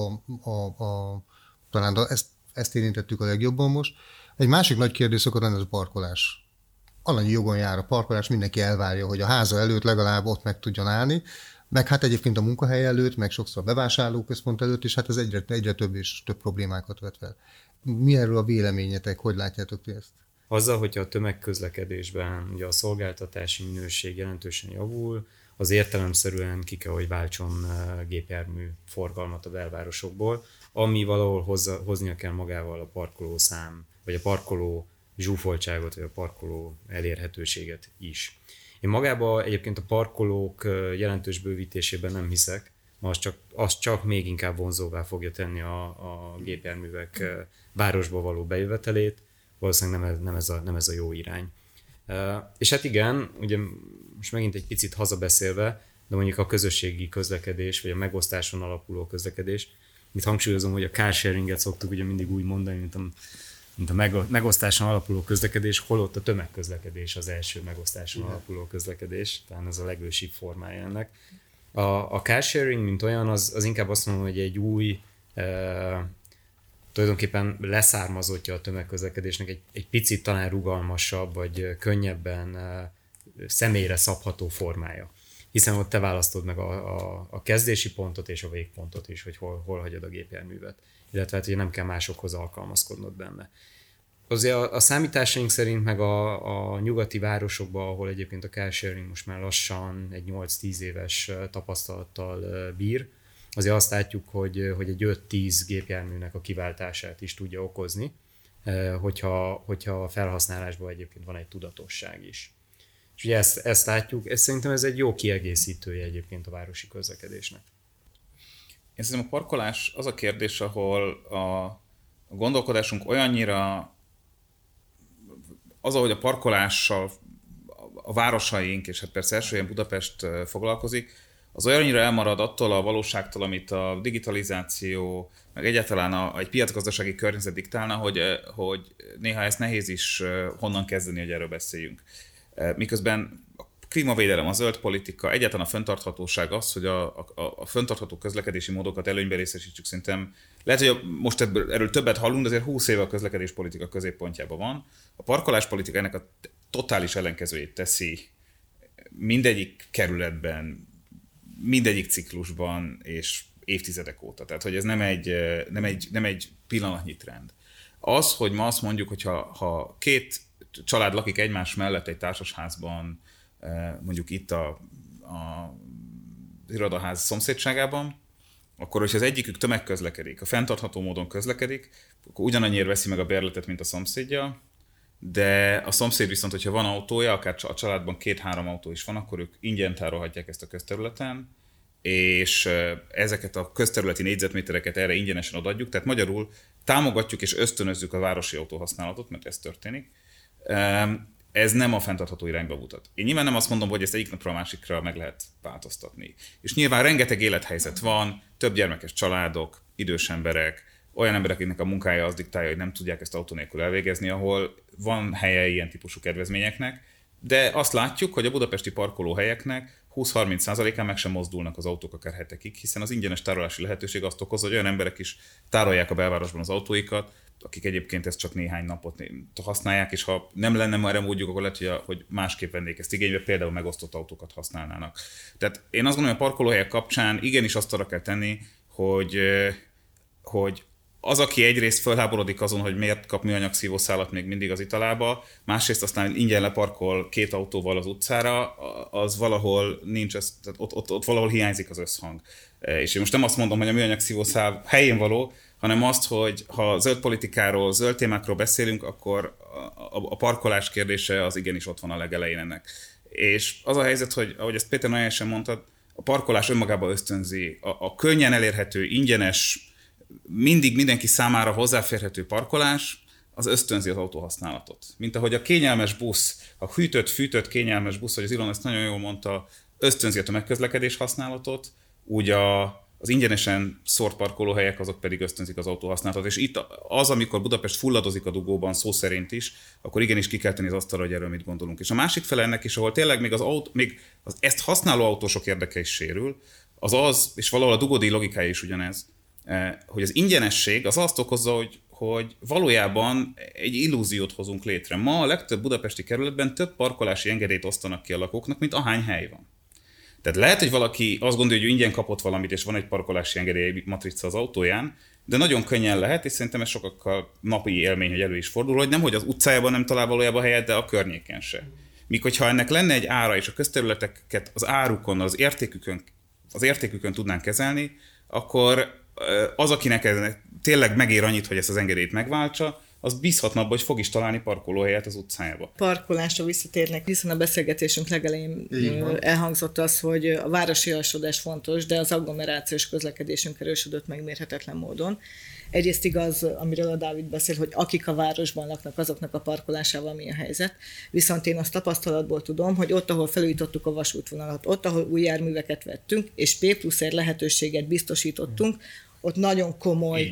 A: talán ezt érintettük a legjobban most. Egy másik nagy kérdés szokott lenni, ez a parkolás. Alanyi jogon jár a parkolás, mindenki elvárja, hogy a háza előtt legalább ott meg tudjon állni, meg hát egyébként a munkahely előtt, meg sokszor a bevásárlóközpont előtt, és hát ez egyre több és több problémákat vet fel. Mi erről a véleményetek, hogy látjátok ti ezt?
B: Azzal, hogyha a tömegközlekedésben ugye a szolgáltatási minőség jelentősen javul, az értelemszerűen ki kell, hogy váltson gépjármű forgalmat a belvárosokból, ami valahol hoznia kell magával a parkolószám, vagy a parkoló zsúfoltságot, vagy a parkoló elérhetőséget is. Én magában egyébként a parkolók jelentős bővítésében nem hiszek, az csak még inkább vonzóvá fogja tenni a gépjárművek városba való bejövetelét, valószínűleg nem ez a jó irány. És hát igen, ugye most megint egy picit hazabeszélve, de mondjuk a közösségi közlekedés, vagy a megosztáson alapuló közlekedés, itt hangsúlyozom, hogy a carsharinget szoktuk ugye mindig úgy mondani, mint a megosztáson alapuló közlekedés, holott a tömegközlekedés az első megosztáson alapuló közlekedés, talán ez a legősibb formája ennek. A carsharing, mint olyan, az inkább azt mondom, hogy egy új, tulajdonképpen leszármazottja a tömegközlekedésnek, egy picit talán rugalmasabb, vagy könnyebben személyre szabható formája. Hiszen ott te választod meg a kezdési pontot és a végpontot is, hogy hol hagyod a gépjárművet. Illetve hát, hogy nem kell másokhoz alkalmazkodnod benne. Azért a számításaink szerint, meg a nyugati városokban, ahol egyébként a carsharing most már lassan egy 8-10 éves tapasztalattal bír, azért azt látjuk, hogy egy 5-10 gépjárműnek a kiváltását is tudja okozni, hogyha a felhasználásban egyébként van egy tudatosság is. És ugye ezt látjuk, szerintem ez egy jó kiegészítője egyébként a városi közlekedésnek.
D: Én szerintem a parkolás az a kérdés, ahol a gondolkodásunk olyannyira az, ahogy a parkolással a városaink, és hát persze első ilyen Budapest foglalkozik, az olyannyira elmarad attól a valóságtól, amit a digitalizáció, meg egyáltalán egy piacgazdasági környezet diktálna, hogy néha ezt nehéz is honnan kezdeni, hogy erről beszéljünk. Miközben a klímavédelem, a zöld politika, egyáltalán a fenntarthatóság az, hogy a fenntartható közlekedési módokat előnybe részesítsük, szerintem lehet, hogy most erről többet hallunk, de azért 20 éve a közlekedéspolitika középpontjában van. A parkoláspolitika ennek a totális ellenkezőjét teszi mindegyik kerületben, mindegyik ciklusban és évtizedek óta. Tehát, hogy ez nem egy pillanatnyi trend. Az, hogy ma azt mondjuk, hogy ha két család lakik egymás mellett egy társasházban, mondjuk itt a irodaház szomszédságában, akkor, hogyha az egyikük tömegközlekedik, a fenntartható módon közlekedik, akkor ugyanannyiért veszi meg a bérletet, mint a szomszédja, de a szomszéd viszont, hogyha van autója, akár a családban 2-3 autó is van, akkor ők ingyen tárolhatják ezt a közterületen, és ezeket a közterületi négyzetmétereket erre ingyenesen odaadjuk, tehát magyarul támogatjuk és ösztönözzük a városi autóhasználatot, mert ez történik. Ez nem a fenntartható irányba mutat. Én nyilván nem azt mondom, hogy ezt egyik napra a másikra meg lehet változtatni. És nyilván rengeteg élethelyzet van, több gyermekes családok, idős emberek, olyan emberek, akiknek a munkája az diktálja, hogy nem tudják ezt autó nélkül elvégezni, ahol van helye ilyen típusú kedvezményeknek, de azt látjuk, hogy a budapesti parkolóhelyeknek 20-30%-án meg sem mozdulnak az autók akár hetekig, hiszen az ingyenes tárolási lehetőség azt okozza, hogy olyan emberek is tárolják a belvárosban az autóikat, akik egyébként ezt csak néhány napot használják, és ha nem lenne már erre módjuk, akkor lehet, hogy másképp vennék ezt igénybe, például megosztott autókat használnának. Tehát én azt gondolom, hogy a parkolóhelyek kapcsán igenis azt arra kell tenni, hogy az, aki egyrészt fölháborodik azon, hogy miért kap műanyag szívószálat még mindig az italába, másrészt aztán ingyen leparkol 2 autóval az utcára, az valahol nincs, tehát ott valahol hiányzik az összhang. És én most nem azt mondom, hogy a műanyag szívószál helyén való, hanem azt, hogy ha zöld politikáról, zöld témákról beszélünk, akkor a parkolás kérdése az igenis ott van a legelején ennek. És az a helyzet, hogy ahogy ezt Péter nagyon helyesen mondtad, a parkolás önmagában ösztönzi a könnyen elérhető, ingyenes, mindig mindenki számára hozzáférhető parkolás, az ösztönzi az autóhasználatot. Mint ahogy a kényelmes busz, a hűtött, kényelmes busz, hogy az Ilon ezt nagyon jól mondta, ösztönzi a tömegközlekedés használatot, úgy az ingyenesen szórt parkolóhelyek azok pedig ösztönzik az autóhasználatot. És itt az, amikor Budapest fulladozik a dugóban, szó szerint is, akkor igenis ki kell tenni az asztalra, hogy erről mit gondolunk. És a másik fele ennek is, ahol tényleg még az ezt használó autósok érdeke is sérül, és valahol a dugódíj logikája is ugyanez, hogy az ingyenesség az azt okozza, hogy valójában egy illúziót hozunk létre. Ma a legtöbb budapesti kerületben több parkolási engedélyt osztanak ki a lakóknak, mint ahány hely van. Tehát lehet, hogy valaki azt gondolja, hogy ő ingyen kapott valamit, és van egy parkolási engedély matrica az autóján, de nagyon könnyen lehet, és szerintem ez sokakkal napi élmény, hogy elő is fordul, hogy nem, hogy az utcájában nem talál valójában helyet, de a környéken se. Míg hogyha ennek lenne egy ára, és a közterületeket az árukon, az értékükön tudnánk kezelni, akkor az, akinek tényleg megér annyit, hogy ezt az engedélyt megváltsa, az bízhatna abba, hogy fog is találni parkolóhelyet az utcájába.
C: Parkolásra visszatérnek, hiszen a beszélgetésünk legelején elhangzott az, hogy a városiasodás fontos, de az agglomerációs közlekedésünk erősödött megmérhetetlen módon. Egyrészt igaz, amiről a Dávid beszél, hogy akik a városban laknak, azoknak a parkolásával mi a helyzet. Viszont én azt tapasztalatból tudom, hogy ott, ahol felújítottuk a vasútvonalat, ott, ahol új járműveket vettünk, és P+R lehetőséget biztosítottunk, ott nagyon komoly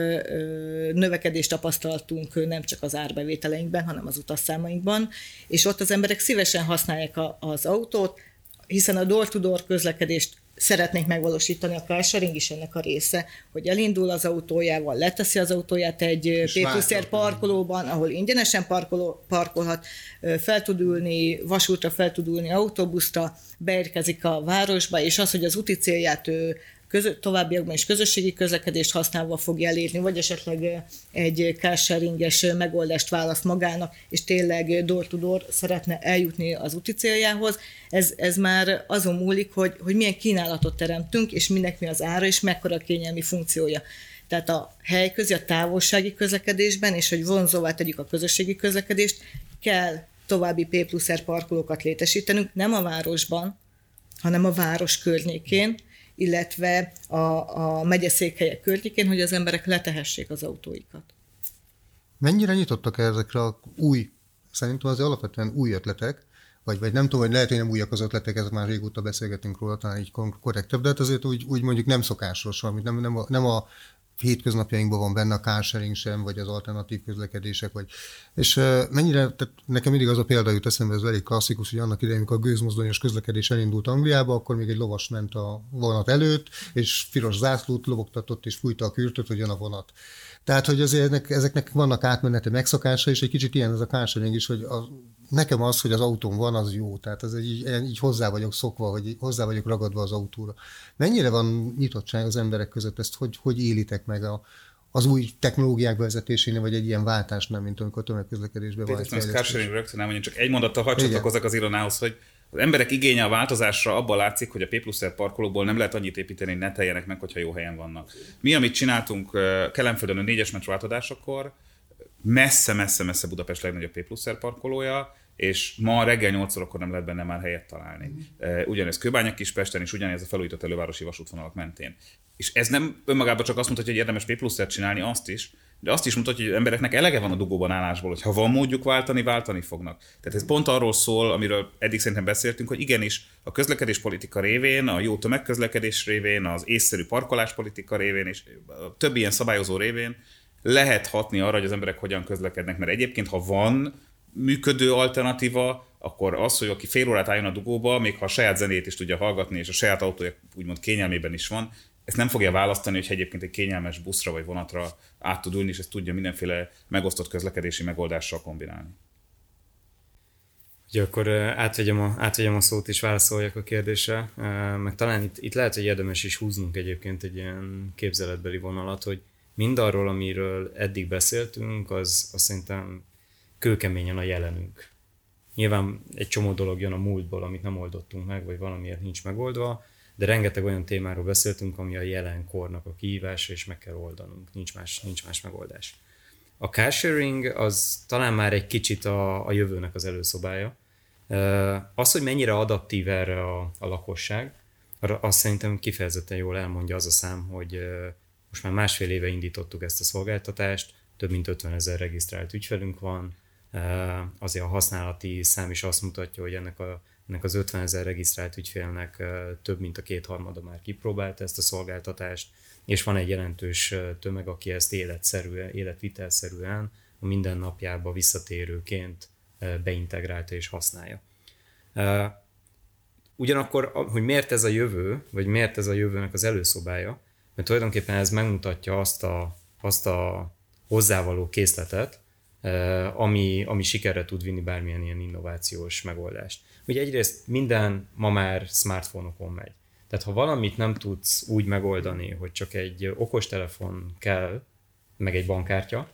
C: növekedést tapasztaltunk nem csak az árbevételeinkben, hanem az utasszámainkban, és ott az emberek szívesen használják az autót, hiszen a door-to-door közlekedést szeretnék megvalósítani, a carsharing is ennek a része, hogy elindul az autójával, leteszi az autóját egy P+R parkolóban, ahol ingyenesen parkolhat, fel tud ülni, vasútra fel tud ülni, autóbuszra, beérkezik a városba, és az, hogy az úti célját továbbiakban is közösségi közlekedést használva fogja elérni, vagy esetleg egy carsharinges megoldást választ magának, és tényleg door-to-door szeretne eljutni az úti céljához. Ez már azon múlik, hogy milyen kínálatot teremtünk, és minek mi az ára, és mekkora a kényelmi funkciója. Tehát a helyközi, a távolsági közlekedésben, és hogy vonzóvá tegyük a közösségi közlekedést, kell további P+R parkolókat létesítenünk, nem a városban, hanem a város környékén, illetve a megyeszékhelyek környékén, hogy az emberek letehessék az autóikat.
A: Mennyire nyitottak ezekre a szerintem az alapvetően új ötletek, vagy nem tudom, hogy lehet, hogy nem újak az ötletek, ezek már régóta beszélgetünk róla, talán így korrektebb, de hát azért úgy mondjuk nem szokásos valami, nem a hétköznapjainkban van benne a carsharing sem, vagy az alternatív közlekedések, és mennyire, tehát nekem mindig az a példa jut eszembe, ez elég klasszikus, hogy annak idején, amikor a gőzmozdonyos közlekedés elindult Angliába, akkor még egy lovas ment a vonat előtt, és piros zászlót lobogtatott, és fújta a kürtöt, hogy jön a vonat. Tehát, hogy azért ezeknek vannak átmeneti megszokása, és egy kicsit ilyen ez a carsharing is, hogy nekem az, hogy az autóm van, az jó. Tehát ez így hozzá vagyok szokva, hogy hozzá vagyok ragadva az autóra. Mennyire van nyitottság az emberek között, ezt hogy élitek meg az új technológiák vezetésénél, vagy egy ilyen váltásnál, mint amikor a tömegközlekedésben van.
D: Péter, a carsharing rögtön elmondjam, csak egy mondattal hadd csatlakozzak az Ilonához, hogy az emberek igénye a változásra abban látszik, hogy a P+R parkolóból nem lehet annyit építeni, hogy ne teljenek meg, hogyha jó helyen vannak. Mi, amit csináltunk Kelenföldön a 4-es metró átadásakor, messze-messze-messze Budapest legnagyobb P+R parkolója, és ma reggel 8 órakor nem lehet benne már helyet találni. Ugyanez Kőbánya-Kispesten, és ugyanez a felújított elővárosi vasútvonalak mentén. És ez nem önmagában csak azt mutatja, hogy érdemes P+R-t csinálni, de azt is mutatja, hogy az embereknek elege van a dugóban állásból, hogy ha van módjuk váltani fognak. Tehát ez pont arról szól, amiről eddig szerintem beszéltünk, hogy igenis a közlekedéspolitika révén, a jó tömegközlekedés révén, az észszerű parkoláspolitika révén, és a többi ilyen szabályozó révén lehet hatni arra, hogy az emberek hogyan közlekednek, mert egyébként, ha van működő alternatíva, akkor az, hogy aki fél órát álljon a dugóba, még ha a saját zenét is tudja hallgatni, és a saját autója úgymond kényelmében is van, ezt nem fogja választani, hogy egyébként egy kényelmes buszra vagy vonatra át tud ülni, és ezt tudja mindenféle megosztott közlekedési megoldással kombinálni.
B: Ugye akkor átvegyem a szót és válaszoljak a kérdésre, meg talán itt lehet, hogy érdemes is húznunk egyébként egy ilyen képzeletbeli vonalat, hogy mindarról, amiről eddig beszéltünk, az szerintem kőkeményen a jelenünk. Nyilván egy csomó dolog jön a múltból, amit nem oldottunk meg, vagy valamiért nincs megoldva, de rengeteg olyan témáról beszéltünk, ami a jelenkornak a kihívása, és meg kell oldanunk. Nincs más megoldás. A carsharing az talán már egy kicsit a jövőnek az előszobája. Az, hogy mennyire adaptív erre a lakosság, azt szerintem kifejezetten jól elmondja az a szám, hogy most már 1,5 éve indítottuk ezt a szolgáltatást, több mint 50 000 regisztrált ügyfelünk van, azért a használati szám is azt mutatja, hogy ennek az 50 000 regisztrált ügyfélnek több mint a 2/3 már kipróbálta ezt a szolgáltatást, és van egy jelentős tömeg, aki ezt életvitelszerűen a mindennapjába visszatérőként beintegrálta és használja. Ugyanakkor, hogy miért ez a jövő, vagy miért ez a jövőnek az előszobája, mert tulajdonképpen ez megmutatja azt a hozzávaló készletet, ami sikerre tud vinni bármilyen ilyen innovációs megoldást. Ugye egyrészt minden ma már smartphone-okon megy. Tehát ha valamit nem tudsz úgy megoldani, hogy csak egy okostelefon kell, meg egy bankkártya,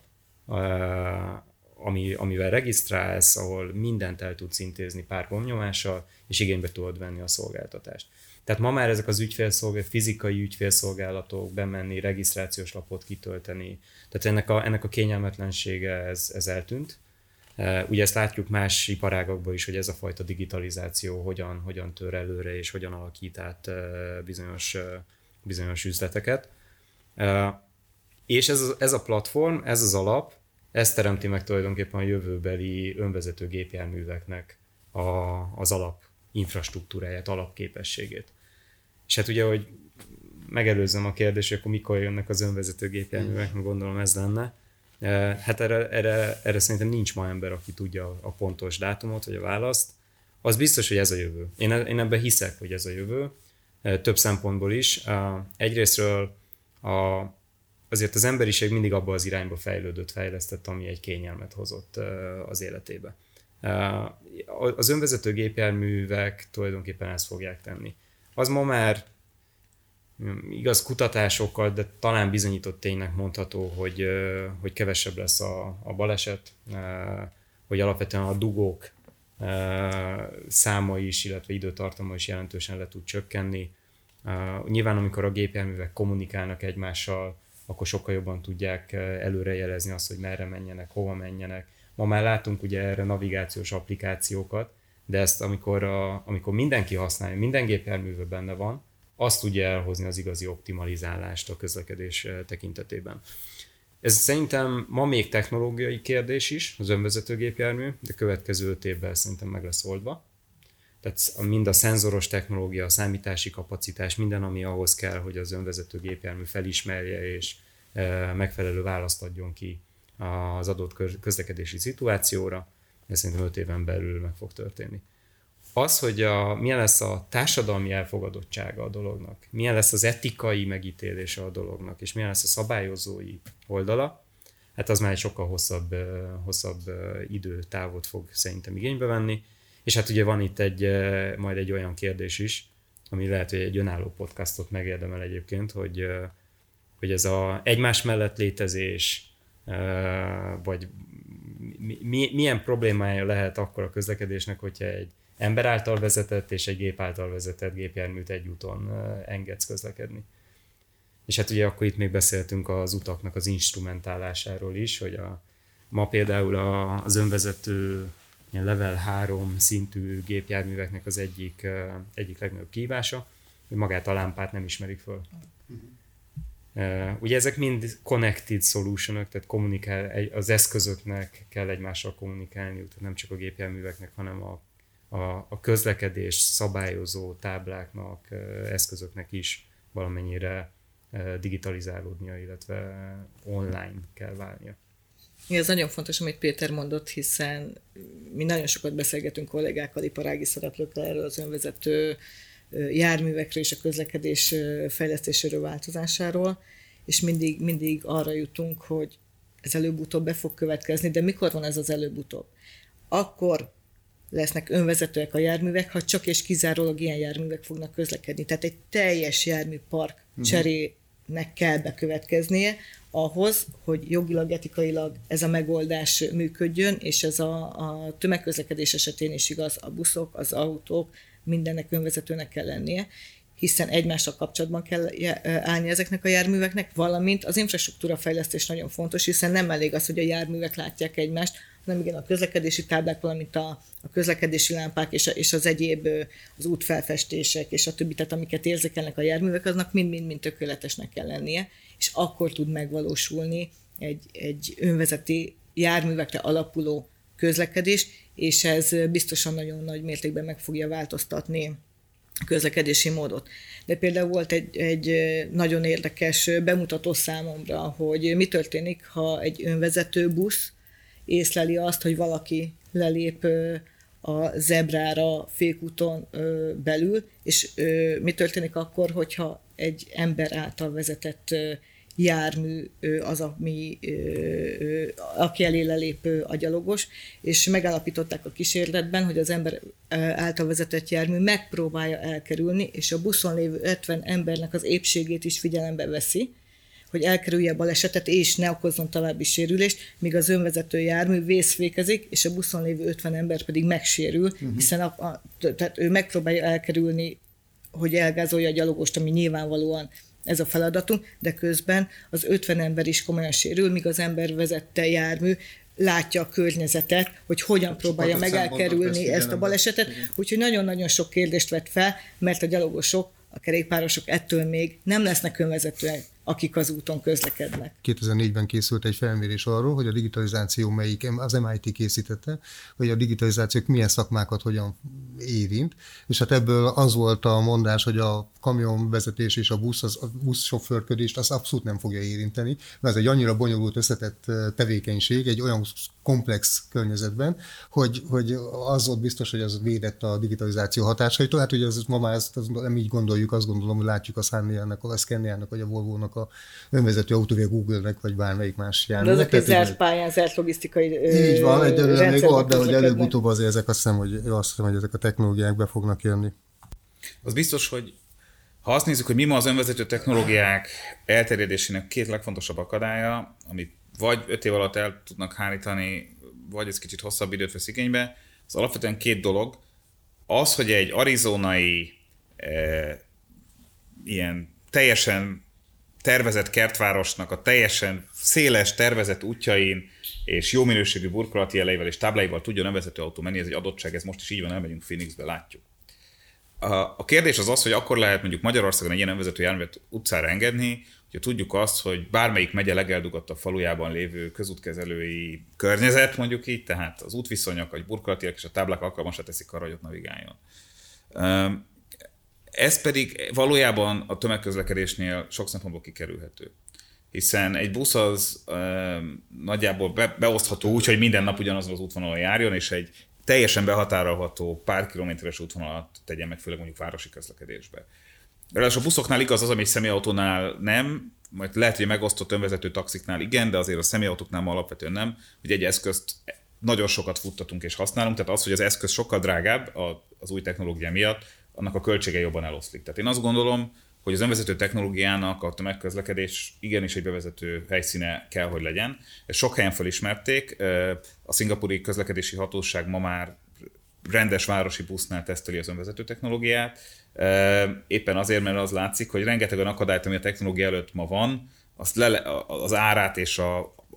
B: amivel regisztrálsz, ahol mindent el tudsz intézni pár gombnyomással, és igénybe tudod venni a szolgáltatást. Tehát ma már ezek az fizikai ügyfélszolgálatok, bemenni, regisztrációs lapot kitölteni, tehát ennek a kényelmetlensége ez eltűnt. Ugye ezt látjuk más iparágakban is, hogy ez a fajta digitalizáció hogyan tör előre, és hogyan alakít át bizonyos üzleteket. És ez a platform, ez az alap, ez teremti meg tulajdonképpen a jövőbeli önvezető gépjárműveknek az alap infrastruktúráját, alapképességét. És hát ugye, hogy megelőzzem a kérdést, hogy akkor mikor jönnek az önvezető gépjárművek, gondolom ez lenne. Hát erre szerintem nincs ma ember, aki tudja a pontos dátumot, vagy a választ. Az biztos, hogy ez a jövő. Én ebben hiszek, hogy ez a jövő. Több szempontból is. Egyrésztről azért az emberiség mindig abba az irányba fejlesztett, ami egy kényelmet hozott az életébe. Az önvezető gépjárművek tulajdonképpen ezt fogják tenni. Az ma már igaz kutatásokkal, de talán bizonyított ténynek mondható, hogy kevesebb lesz a baleset, hogy alapvetően a dugók száma is, illetve időtartama is jelentősen le tud csökkenni. Nyilván amikor a gépjárművek kommunikálnak egymással, akkor sokkal jobban tudják előrejelezni azt, hogy merre menjenek, hova menjenek. Ma már látunk ugye erre navigációs applikációkat, de ezt amikor mindenki használja, minden gépjárművő benne van, azt tudja elhozni az igazi optimalizálást a közlekedés tekintetében. Ez szerintem ma még technológiai kérdés is, az önvezető gépjármű, de következő 5 évben szerintem meg lesz oldva. Tehát mind a szenzoros technológia, a számítási kapacitás, minden, ami ahhoz kell, hogy az önvezető gépjármű felismerje és megfelelő választ adjon ki az adott közlekedési szituációra, ez szerintem 5 éven belül meg fog történni. Az, hogy milyen lesz a társadalmi elfogadottsága a dolognak, milyen lesz az etikai megítélése a dolognak, és milyen lesz a szabályozói oldala, hát az már egy sokkal hosszabb időtávot fog szerintem igénybe venni. És hát ugye van itt majd egy olyan kérdés is, ami lehet, hogy egy önálló podcastot megérdemel egyébként, hogy ez a egymás mellett létezés, vagy milyen problémája lehet akkor a közlekedésnek, hogyha egy ember által vezetett és egy gép által vezetett gépjárműt egy úton engedsz közlekedni. És hát ugye akkor itt még beszéltünk az utaknak az instrumentálásáról is, hogy Ma például az önvezető ilyen level 3 szintű gépjárműveknek az egyik legnagyobb kihívása, hogy magát a lámpát nem ismerik föl. Ugye ezek mind connected solutionok, tehát az eszközöknek kell egymással kommunikálniuk, tehát nem csak a gépjárműveknek, hanem a közlekedés szabályozó tábláknak, eszközöknek is valamennyire digitalizálódnia, illetve online kell válnia.
C: Ez nagyon fontos, amit Péter mondott, hiszen mi nagyon sokat beszélgetünk kollégákkal, iparági szereplőkkel erről az önvezető járművekről és a közlekedés fejlesztéséről, változásáról, és mindig arra jutunk, hogy ez előbb-utóbb be fog következni, de mikor van ez az előbb-utóbb? Akkor lesznek önvezetőek a járművek, ha csak és kizárólag ilyen járművek fognak közlekedni. Tehát egy teljes járműpark cserének kell bekövetkeznie ahhoz, hogy jogilag, etikailag ez a megoldás működjön, és ez a tömegközlekedés esetén is igaz, a buszok, az autók, mindennek önvezetőnek kell lennie, hiszen egymással kapcsolatban kell állni ezeknek a járműveknek, valamint az infrastruktúra fejlesztés nagyon fontos, hiszen nem elég az, hogy a járművek látják egymást, hanem igen a közlekedési táblák, valamint a közlekedési lámpák és az egyéb az útfelfestések és a többi, tehát amiket érzékelnek a járművek, aznak mind-mind tökéletesnek kell lennie, és akkor tud megvalósulni egy önvezeti járművekre alapuló közlekedés, és ez biztosan nagyon nagy mértékben meg fogja változtatni a közlekedési módot. De például volt egy nagyon érdekes bemutató számomra, hogy mi történik, ha egy önvezető busz észleli azt, hogy valaki lelép a zebrára fékúton belül, és mi történik akkor, hogyha egy ember által vezetett jármű az, aki elé lelép a gyalogos, és megállapították a kísérletben, hogy az ember által vezetett jármű megpróbálja elkerülni, és a buszon lévő 50 embernek az épségét is figyelembe veszi, hogy elkerülje a balesetet, és ne okozzon további sérülést, míg az önvezető jármű vészfékezik, és a buszon lévő 50 ember pedig megsérül, hiszen tehát ő megpróbálja elkerülni, hogy elgázolja a gyalogost, ami nyilvánvalóan ez a feladatunk, de közben az 50 ember is komolyan sérül, míg az ember vezette jármű látja a környezetet, hogy hogyan próbálja meg elkerülni ezt a balesetet. Úgyhogy nagyon-nagyon sok kérdést vett fel, mert a gyalogosok, a kerékpárosok ettől még nem lesznek önvezetőek, akik az úton közlekednek.
A: 2004-ben készült egy felmérés arról, hogy a digitalizáció melyik, az MIT készítette, hogy a digitalizációk milyen szakmákat hogyan érint, és hát ebből az volt a mondás, hogy a kamionvezetés és a buszsofőrködést az abszolút nem fogja érinteni, mert ez egy annyira bonyolult összetett tevékenység, egy olyan komplex környezetben, hogy az volt biztos, hogy az védett a digitalizáció hatásaitól. Hát ugye ma már ezt nem így gondoljuk, azt gondolom, hogy látjuk a Scaniának, a Scaniának, vagy a Volvo-nak a önvezető autója Google-nek, vagy bármelyik más járműnek.
C: De azok egy zárt pályán, zárt logisztikai
A: így van, egyelőre még ott, de hogy előbb-utóbb azért ezek azt hiszem, hogy ezek a technológiák be fognak jönni.
D: Az biztos, hogy ha azt nézzük, hogy mi ma az önvezető technológiák elterjedésének két legfontosabb akadálya, amit vagy 5 év alatt el tudnak hárítani, vagy ez kicsit hosszabb időt vesz igénybe, az alapvetően két dolog. Az, hogy egy arizonai ilyen teljesen tervezett kertvárosnak a teljesen széles tervezett útjain és jó minőségű burkolati jeleivel és tábláival tudjon önvezető autó menni, ez egy adottság, ez most is így van, elmegyünk Phoenixbe, látjuk. A kérdés az, hogy akkor lehet mondjuk Magyarországon egy ilyen önvezető járművet utcára engedni, hogyha tudjuk azt, hogy bármelyik megye legeldugottabb falujában lévő közútkezelői környezet, mondjuk így, tehát az útviszonyok, a burkolatiak és a táblák alkalmasra teszik arra, hogy ott navigáljon. Ez pedig valójában a tömegközlekedésnél sok szempontból kikerülhető. Hiszen egy busz az nagyjából beosztható úgy, hogy minden nap ugyanazon az útvonalon járjon, és egy teljesen behatárolható pár kilométeres útvonalat tegyen meg, főleg mondjuk városi közlekedésbe. Ráadásul a buszoknál igaz az, ami egy személyautónál nem, majd lehet, hogy megosztott önvezető taxiknál igen, de azért a személyautóknál ma alapvetően nem, hogy egy eszközt nagyon sokat futtatunk és használunk, tehát az, hogy az eszköz sokkal drágább az új technológia miatt, annak a költsége jobban eloszlik. Tehát én azt gondolom, hogy az önvezető technológiának a tömegközlekedés igenis egy bevezető helyszíne kell, hogy legyen. Ezt sok helyen felismerték. A szingapúri közlekedési hatóság ma már rendes városi busznál teszteli az önvezető technológiát. Éppen azért, mert az látszik, hogy rengeteg olyan akadályt, ami a technológia előtt ma van, az árát és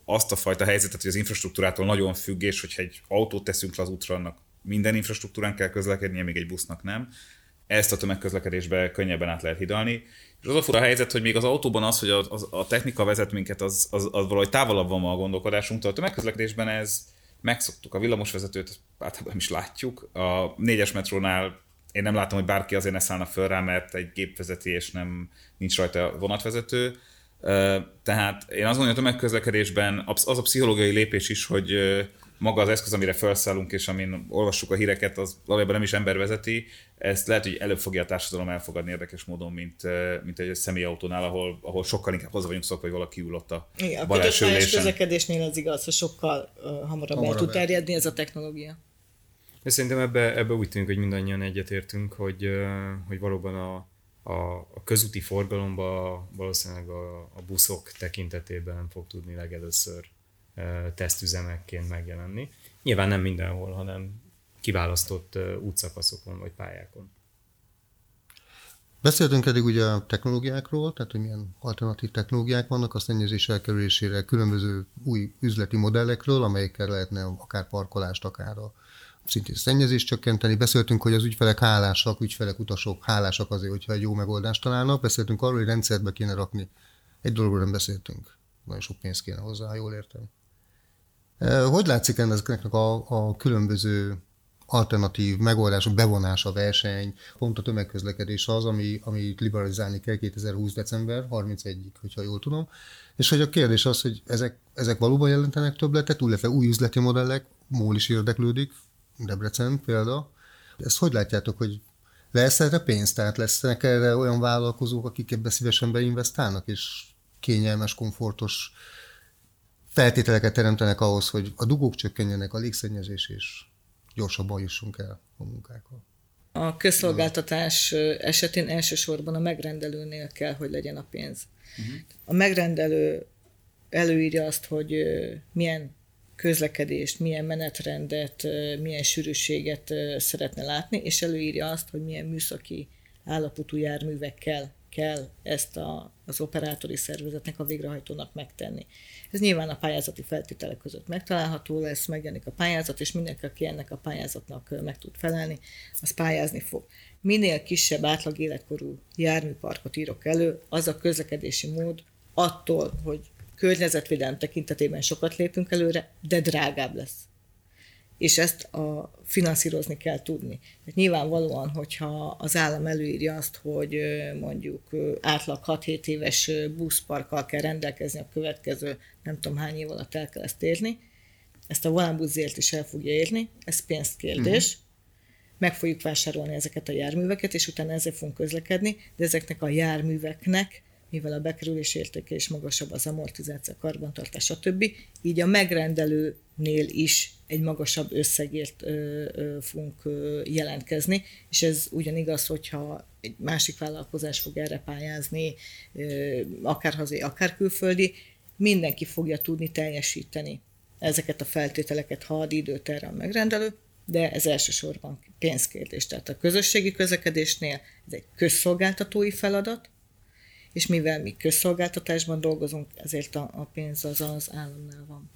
D: azt a fajta helyzetet, hogy az infrastruktúrától nagyon függ, és hogyha egy autót teszünk le az útra, annak minden infrastruktúrán kell közlekednie, még egy busznak nem. Ezt a tömegközlekedésbe könnyebben át lehet hidalni. És az a fura helyzet, hogy még az autóban az, hogy a technika vezet minket, az valahogy távolabb van a gondolkodásunktól. A tömegközlekedésben ez megszoktuk. A villamosvezetőt általában nem is látjuk. A 4-es metrónál én nem látom, hogy bárki azért ne szállna föl rá, mert egy gép vezeti, és nincs rajta vonatvezető. Tehát én azt gondolom, hogy a tömegközlekedésben az a pszichológiai lépés is, hogy maga az eszköz, amire felszállunk, és amin olvassuk a híreket, az valójában nem is ember vezeti. Ezt lehet, hogy előbb fogja a társadalom elfogadni érdekes módon, mint egy személyautónál, ahol sokkal inkább hozzá vagyunk szokva, hogy valaki ül ott a bal első ülésen.
C: A közlekedésnél az igaz, hogy sokkal hamarabb el tud terjedni ez a technológia.
B: De szerintem ebbe úgy tűnik, hogy mindannyian egyetértünk, hogy valóban a közúti forgalomban valószínűleg a buszok tekintetében fog tudni legelőször tesztüzemekként megjelenni. Nyilván nem mindenhol, hanem kiválasztott útszakaszokon vagy pályákon.
A: Beszéltünk eddig ugye a technológiákról, tehát hogy milyen alternatív technológiák vannak a szennyezés elkerülésére, különböző új üzleti modellekről, amelyekkel lehetne akár parkolást, akár a szintén szennyezést csökkenteni. Beszéltünk, hogy az ügyfelek hálásak, ügyfelek, utasok hálásak azért, hogyha egy jó megoldást találnak. Beszéltünk arról, hogy rendszerbe kéne rakni. Egy dologról nem beszéltünk. Nagyon sok pénz kéne hozzá, ha jól értem. Hogy látszik ezeknek a különböző alternatív megoldások bevonása, verseny, pont a tömegközlekedés az, ami liberalizálni kell 2020. december 31-ig, hogyha jól tudom. És hogy a kérdés az, hogy ezek valóban jelentenek többletet, illetve új üzleti modellek, MOL is érdeklődik, Debrecen példa. Ezt hogy látjátok, hogy lesz erre pénz? Tehát lesznek erre olyan vállalkozók, akik ebbe szívesen beinvestálnak, és kényelmes, komfortos feltételeket teremtenek ahhoz, hogy a dugók csökkenjenek, a légszennyezés, és gyorsabban jussunk el a munkákkal.
C: A közszolgáltatás esetén elsősorban a megrendelőnél kell, hogy legyen a pénz. A megrendelő előírja azt, hogy milyen közlekedést, milyen menetrendet, milyen sűrűséget szeretne látni, és előírja azt, hogy milyen műszaki állapotú járművekkel kell ezt az operátori szervezetnek, a végrehajtónak megtenni. Ez nyilván a pályázati feltételek között megtalálható lesz, megjelenik a pályázat, és mindenki, aki ennek a pályázatnak meg tud felelni, az pályázni fog. Minél kisebb átlag életkorú járműparkot írok elő, az a közlekedési mód attól, hogy környezetvédelem tekintetében sokat lépünk előre, de drágább lesz. És ezt finanszírozni kell tudni. Tehát nyilvánvalóan, hogyha az állam előírja azt, hogy mondjuk átlag 6-7 éves buszparkkal kell rendelkezni a következő nem tudom hány év alatt el kell ezt érni, ezt a Volánbusz ZRT is el fogja érni, ez pénzkérdés. Meg fogjuk vásárolni ezeket a járműveket, és utána ezzel fogunk közlekedni, de ezeknek a járműveknek, mivel a bekerülési értéke is magasabb, az amortizáció, karbantartás, stb. Így a megrendelőnél is egy magasabb összegért fogunk jelentkezni, és ez ugyanigaz, hogyha egy másik vállalkozás fog erre pályázni, akár hazai, akár külföldi, mindenki fogja tudni teljesíteni ezeket a feltételeket, ha ad időt erre a megrendelő, de ez elsősorban pénzkérdés. Tehát a közösségi közlekedésnél ez egy közszolgáltatói feladat, és mivel mi közszolgáltatásban dolgozunk, ezért a pénz az államnál van.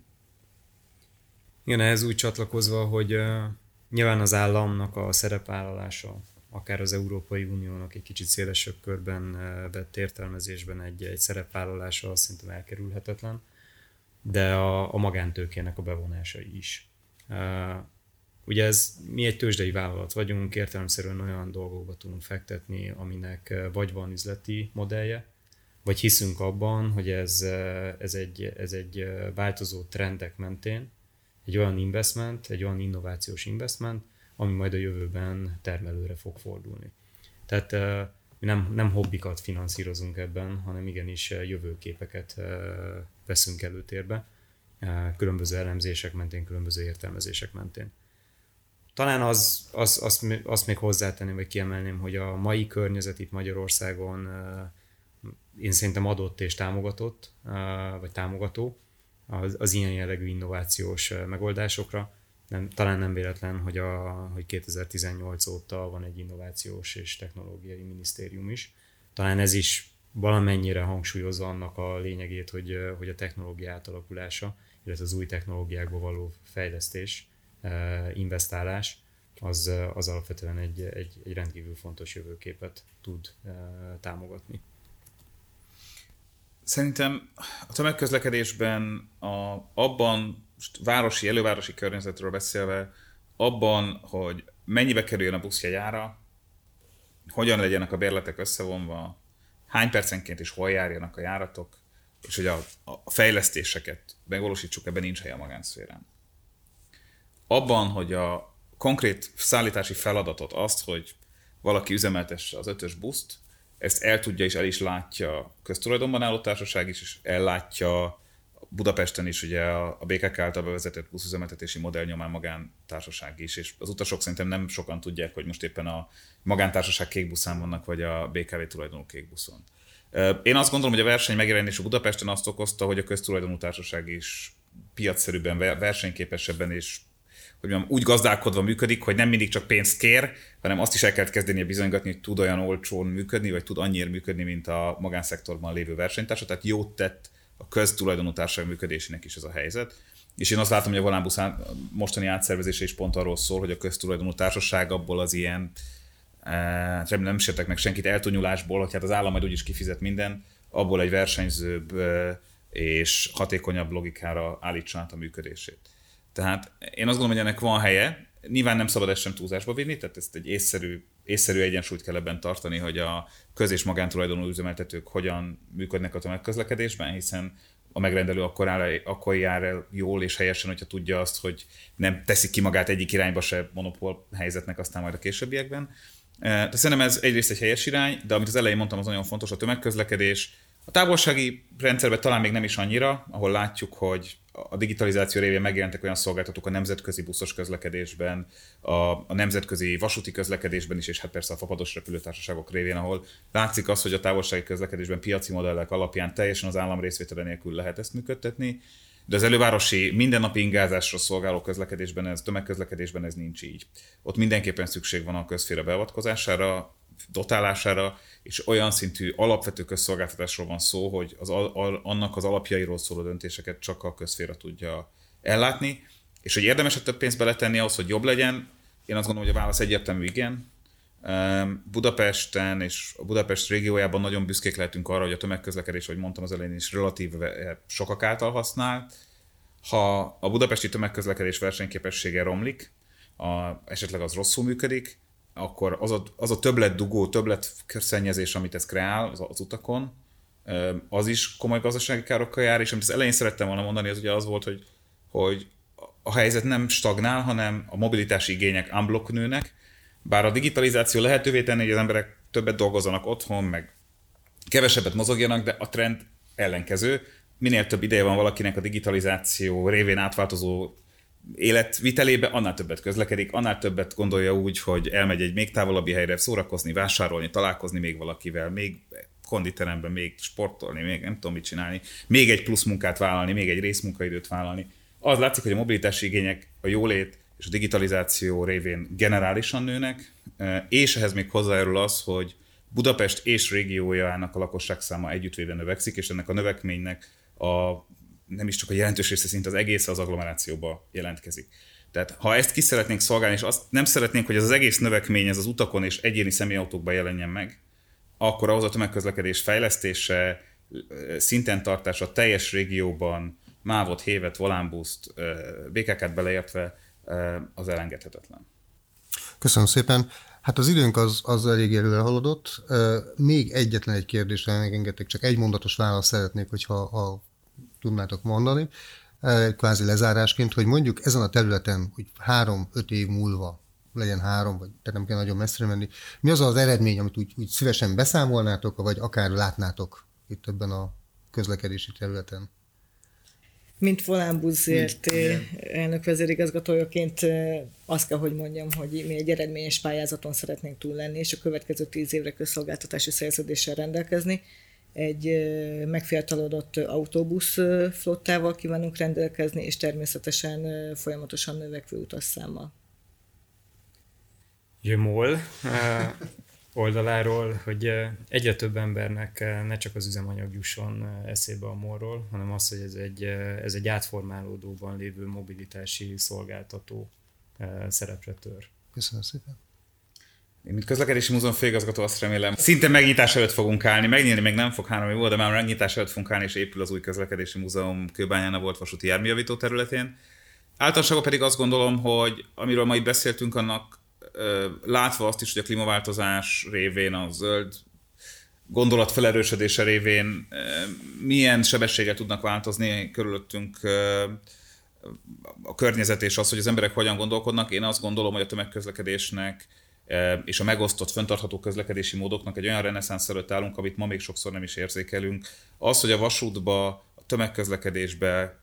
B: Igen, ehhez úgy csatlakozva, hogy nyilván az államnak a szerepvállalása, akár az Európai Uniónak egy kicsit szélesebb körben vett értelmezésben egy szerepvállalása szerintem elkerülhetetlen, de a magántőkének a bevonása is. Ugye mi egy tőzsdei vállalat vagyunk, értelemszerűen olyan dolgokba tudunk fektetni, aminek vagy van üzleti modellje, vagy hiszünk abban, hogy ez egy változó trendek mentén, egy olyan investment, egy olyan innovációs investment, ami majd a jövőben termelőre fog fordulni. Tehát mi nem hobbikat finanszírozunk ebben, hanem igenis jövőképeket veszünk előtérbe, különböző elemzések mentén, különböző értelmezések mentén. Talán azt még hozzátenném, vagy kiemelném, hogy a mai környezet itt Magyarországon én szerintem adott és támogatott, vagy támogató az ilyen jellegű innovációs megoldásokra. Talán nem véletlen, hogy 2018 óta van egy innovációs és technológiai minisztérium is. Talán ez is valamennyire hangsúlyozza annak a lényegét, hogy a technológia átalakulása, illetve az új technológiákba való fejlesztés, investálás, az alapvetően egy rendkívül fontos jövőképet tud támogatni.
D: Szerintem a tömegközlekedésben abban, városi, elővárosi környezetről beszélve, abban, hogy mennyibe kerüljön a buszjegyára, hogyan legyenek a bérletek összevonva, hány percenként és hol járjanak a járatok, és hogy a fejlesztéseket megvalósítsuk, ebben nincs hely a magánszférán. Abban, hogy a konkrét szállítási feladatot, azt, hogy valaki üzemeltesse az 5-ös buszt, ezt el tudja és el is látja a köztulajdonban álló társaság is, és ellátja Budapesten is ugye a BKK által bevezetett buszüzemeltetési modell nyomán magántársaság is, és az utasok szerintem nem sokan tudják, hogy most éppen a magántársaság kék buszán vannak, vagy a BKV tulajdonú kék buszon. Én azt gondolom, hogy a verseny megjelenése Budapesten azt okozta, hogy a köztulajdonú társaság is piacszerűbben, versenyképesebben és hogy mondjam, úgy gazdálkodva működik, hogy nem mindig csak pénzt kér, hanem azt is el kell kezdenie bizonygatni, hogy tud olyan olcsón működni, vagy tud annyira működni, mint a magánszektorban lévő versenytársa. Tehát jót tett a köztulajdonú társaság működésének is ez a helyzet. És én azt látom, hogy a Volánbusz mostani átszervezése is pont arról szól, hogy a köztulajdonú társaság abból az ilyen, remélem nem sértek meg senkit, eltúnyulásból, hogy hát az állam majd úgyis kifizet minden, abból egy versenyzőbb és hatékonyabb logikára állítsa át a működését. Tehát én azt gondolom, hogy ennek van helye, nyilván nem szabad ezt sem túlzásba vinni, tehát ezt egy észszerű egyensúlyt kell ebben tartani, hogy a köz- és magántulajdonú üzemeltetők hogyan működnek a tömegközlekedésben, hiszen a megrendelő akkor jár el jól és helyesen, hogyha tudja azt, hogy nem teszik ki magát egyik irányba se monopól helyzetnek, aztán majd a későbbiekben. De szerintem ez egyrészt egy helyes irány, de amit az elején mondtam, az nagyon fontos, a tömegközlekedés. A távolsági rendszerben talán még nem is annyira, ahol látjuk, hogy a digitalizáció révén megjelentek olyan szolgáltatók a nemzetközi buszos közlekedésben, a nemzetközi vasúti közlekedésben is, és hát persze a fapados repülőtársaságok révén, ahol látszik az, hogy a távolsági közlekedésben piaci modellek alapján teljesen az állam részvétele nélkül lehet ezt működtetni, de az elővárosi mindennapi ingázásra szolgáló közlekedésben, tömegközlekedésben ez nincs így. Ott mindenképpen szükség van a közféra beavatkozására, dotálására, és olyan szintű alapvető közszolgáltatásról van szó, hogy annak az alapjairól szóló döntéseket csak a közféra tudja ellátni, és hogy érdemes több pénzt beletenni ahhoz, hogy jobb legyen, én azt gondolom, hogy a válasz egyértelmű igen. Budapesten és a Budapest régiójában nagyon büszkék lehetünk arra, hogy a tömegközlekedés, ahogy mondtam az elején is, relatíve sokak által használt. Ha a budapesti tömegközlekedés versenyképessége romlik, esetleg az rosszul működik, akkor az a többletdugó, többletkörszennyezés, amit ez kreál az utakon, az is komoly gazdasági károkkal jár, és amit az elején szerettem volna mondani, az ugye az volt, hogy a helyzet nem stagnál, hanem a mobilitási igények unblock nőnek, bár a digitalizáció lehetővé tenni, hogy az emberek többet dolgozzanak otthon, meg kevesebbet mozogjanak, de a trend ellenkező. Minél több ideje van valakinek a digitalizáció révén átváltozó életvitelébe, annál többet közlekedik, annál többet gondolja úgy, hogy elmegy egy még távolabbi helyre szórakozni, vásárolni, találkozni még valakivel, még konditeremben, még sportolni, még nem tudom mit csinálni, még egy plusz munkát vállalni, még egy részmunkaidőt vállalni. Az látszik, hogy a mobilitási igények, a jólét és a digitalizáció révén generálisan nőnek, és ehhez még hozzájárul az, hogy Budapest és régiójának a lakosságszáma együttvéve növekszik, és ennek a növekménynek nem is csak a jelentős része, szinte az egész az agglomerációba jelentkezik. Tehát ha ezt ki szeretnénk szolgálni, és azt nem szeretnénk, hogy ez az egész növekmény ez az utakon és egyéni személyautókban jelenjen meg, akkor ahhoz a tömegközlekedés fejlesztése, szinten tartása teljes régióban, Mávot, Hévet, Volánbuszt, BKK-t beleértve az elengedhetetlen.
A: Köszönöm szépen. Hát az időnk az elég előre haladott. Még egyetlen egy kérdésre megengedtek, csak egy mondatos választ szeretnék, hogyha tudnátok mondani, kvázi lezárásként, hogy mondjuk ezen a területen, hogy 3-5 év múlva legyen 3, vagy tehát nem kell nagyon messzire menni, mi az az eredmény, amit úgy szívesen beszámolnátok, vagy akár látnátok itt ebben a közlekedési területen?
C: Mint Volánbuszért elnök vezérigazgatójaként azt kell, hogy mondjam, hogy mi egy eredményes pályázaton szeretnénk túl lenni, és a következő 10 évre közszolgáltatási szerződéssel rendelkezni. Egy megfiatalodott autóbusz flottával kívánunk rendelkezni, és természetesen folyamatosan növekvő utasszámmal.
B: Jomol. oldaláról, hogy egyre több embernek ne csak az üzemanyag jusson eszébe a MOL-ról, hanem az, hogy ez egy átformálódóban lévő mobilitási szolgáltató szerepre tör.
A: Köszönöm szépen.
D: Én, mint közlekedési múzeum főigazgató, azt remélem, szinte megnyitás előtt fogunk állni. Megnyílni még nem fog 3 év volt, de már megnyitás előtt fogunk állni, és épül az új közlekedési múzeum Kőbányán a volt vasúti járműjavító területén. Általánosságban pedig azt gondolom, hogy amiről ma itt beszéltünk, annak látva azt is, hogy a klímaváltozás révén, a zöld gondolat felerősödése révén milyen sebességgel tudnak változni körülöttünk a környezet, és az, hogy az emberek hogyan gondolkodnak. Én azt gondolom, hogy a tömegközlekedésnek és a megosztott, fenntartható közlekedési módoknak egy olyan reneszánsz előtt állunk, amit ma még sokszor nem is érzékelünk. Az, hogy a vasútba, a tömegközlekedésbe,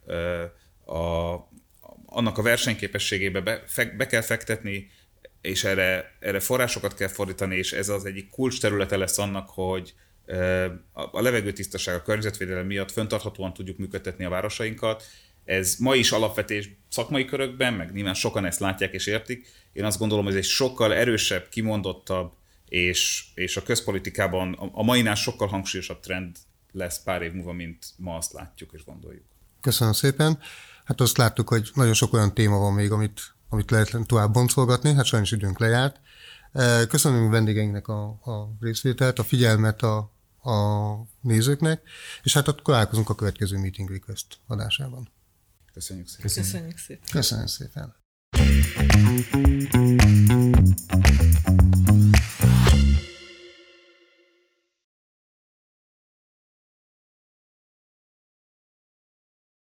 D: annak a versenyképességébe be kell fektetni, és erre forrásokat kell fordítani, és ez az egyik kulcs területe lesz annak, hogy a levegőtisztaság, a környezetvédelem miatt fenntarthatóan tudjuk működtetni a városainkat. Ez ma is alapvetés szakmai körökben, meg nyilván sokan ezt látják és értik. Én azt gondolom, hogy ez egy sokkal erősebb, kimondottabb, és a közpolitikában a mainál sokkal hangsúlyosabb trend lesz pár év múlva, mint ma azt látjuk és gondoljuk.
A: Köszönöm szépen. Hát azt láttuk, hogy nagyon sok olyan téma van még, amit lehet tovább boncolgatni, hát sajnos időnk lejárt. Köszönöm vendégeinknek a részvételt, a figyelmet a nézőknek, és hát ott találkozunk a következő Meeting Request adásában.
D: Köszönjük szépen.
C: Köszönjük szépen.
A: Köszönöm szépen.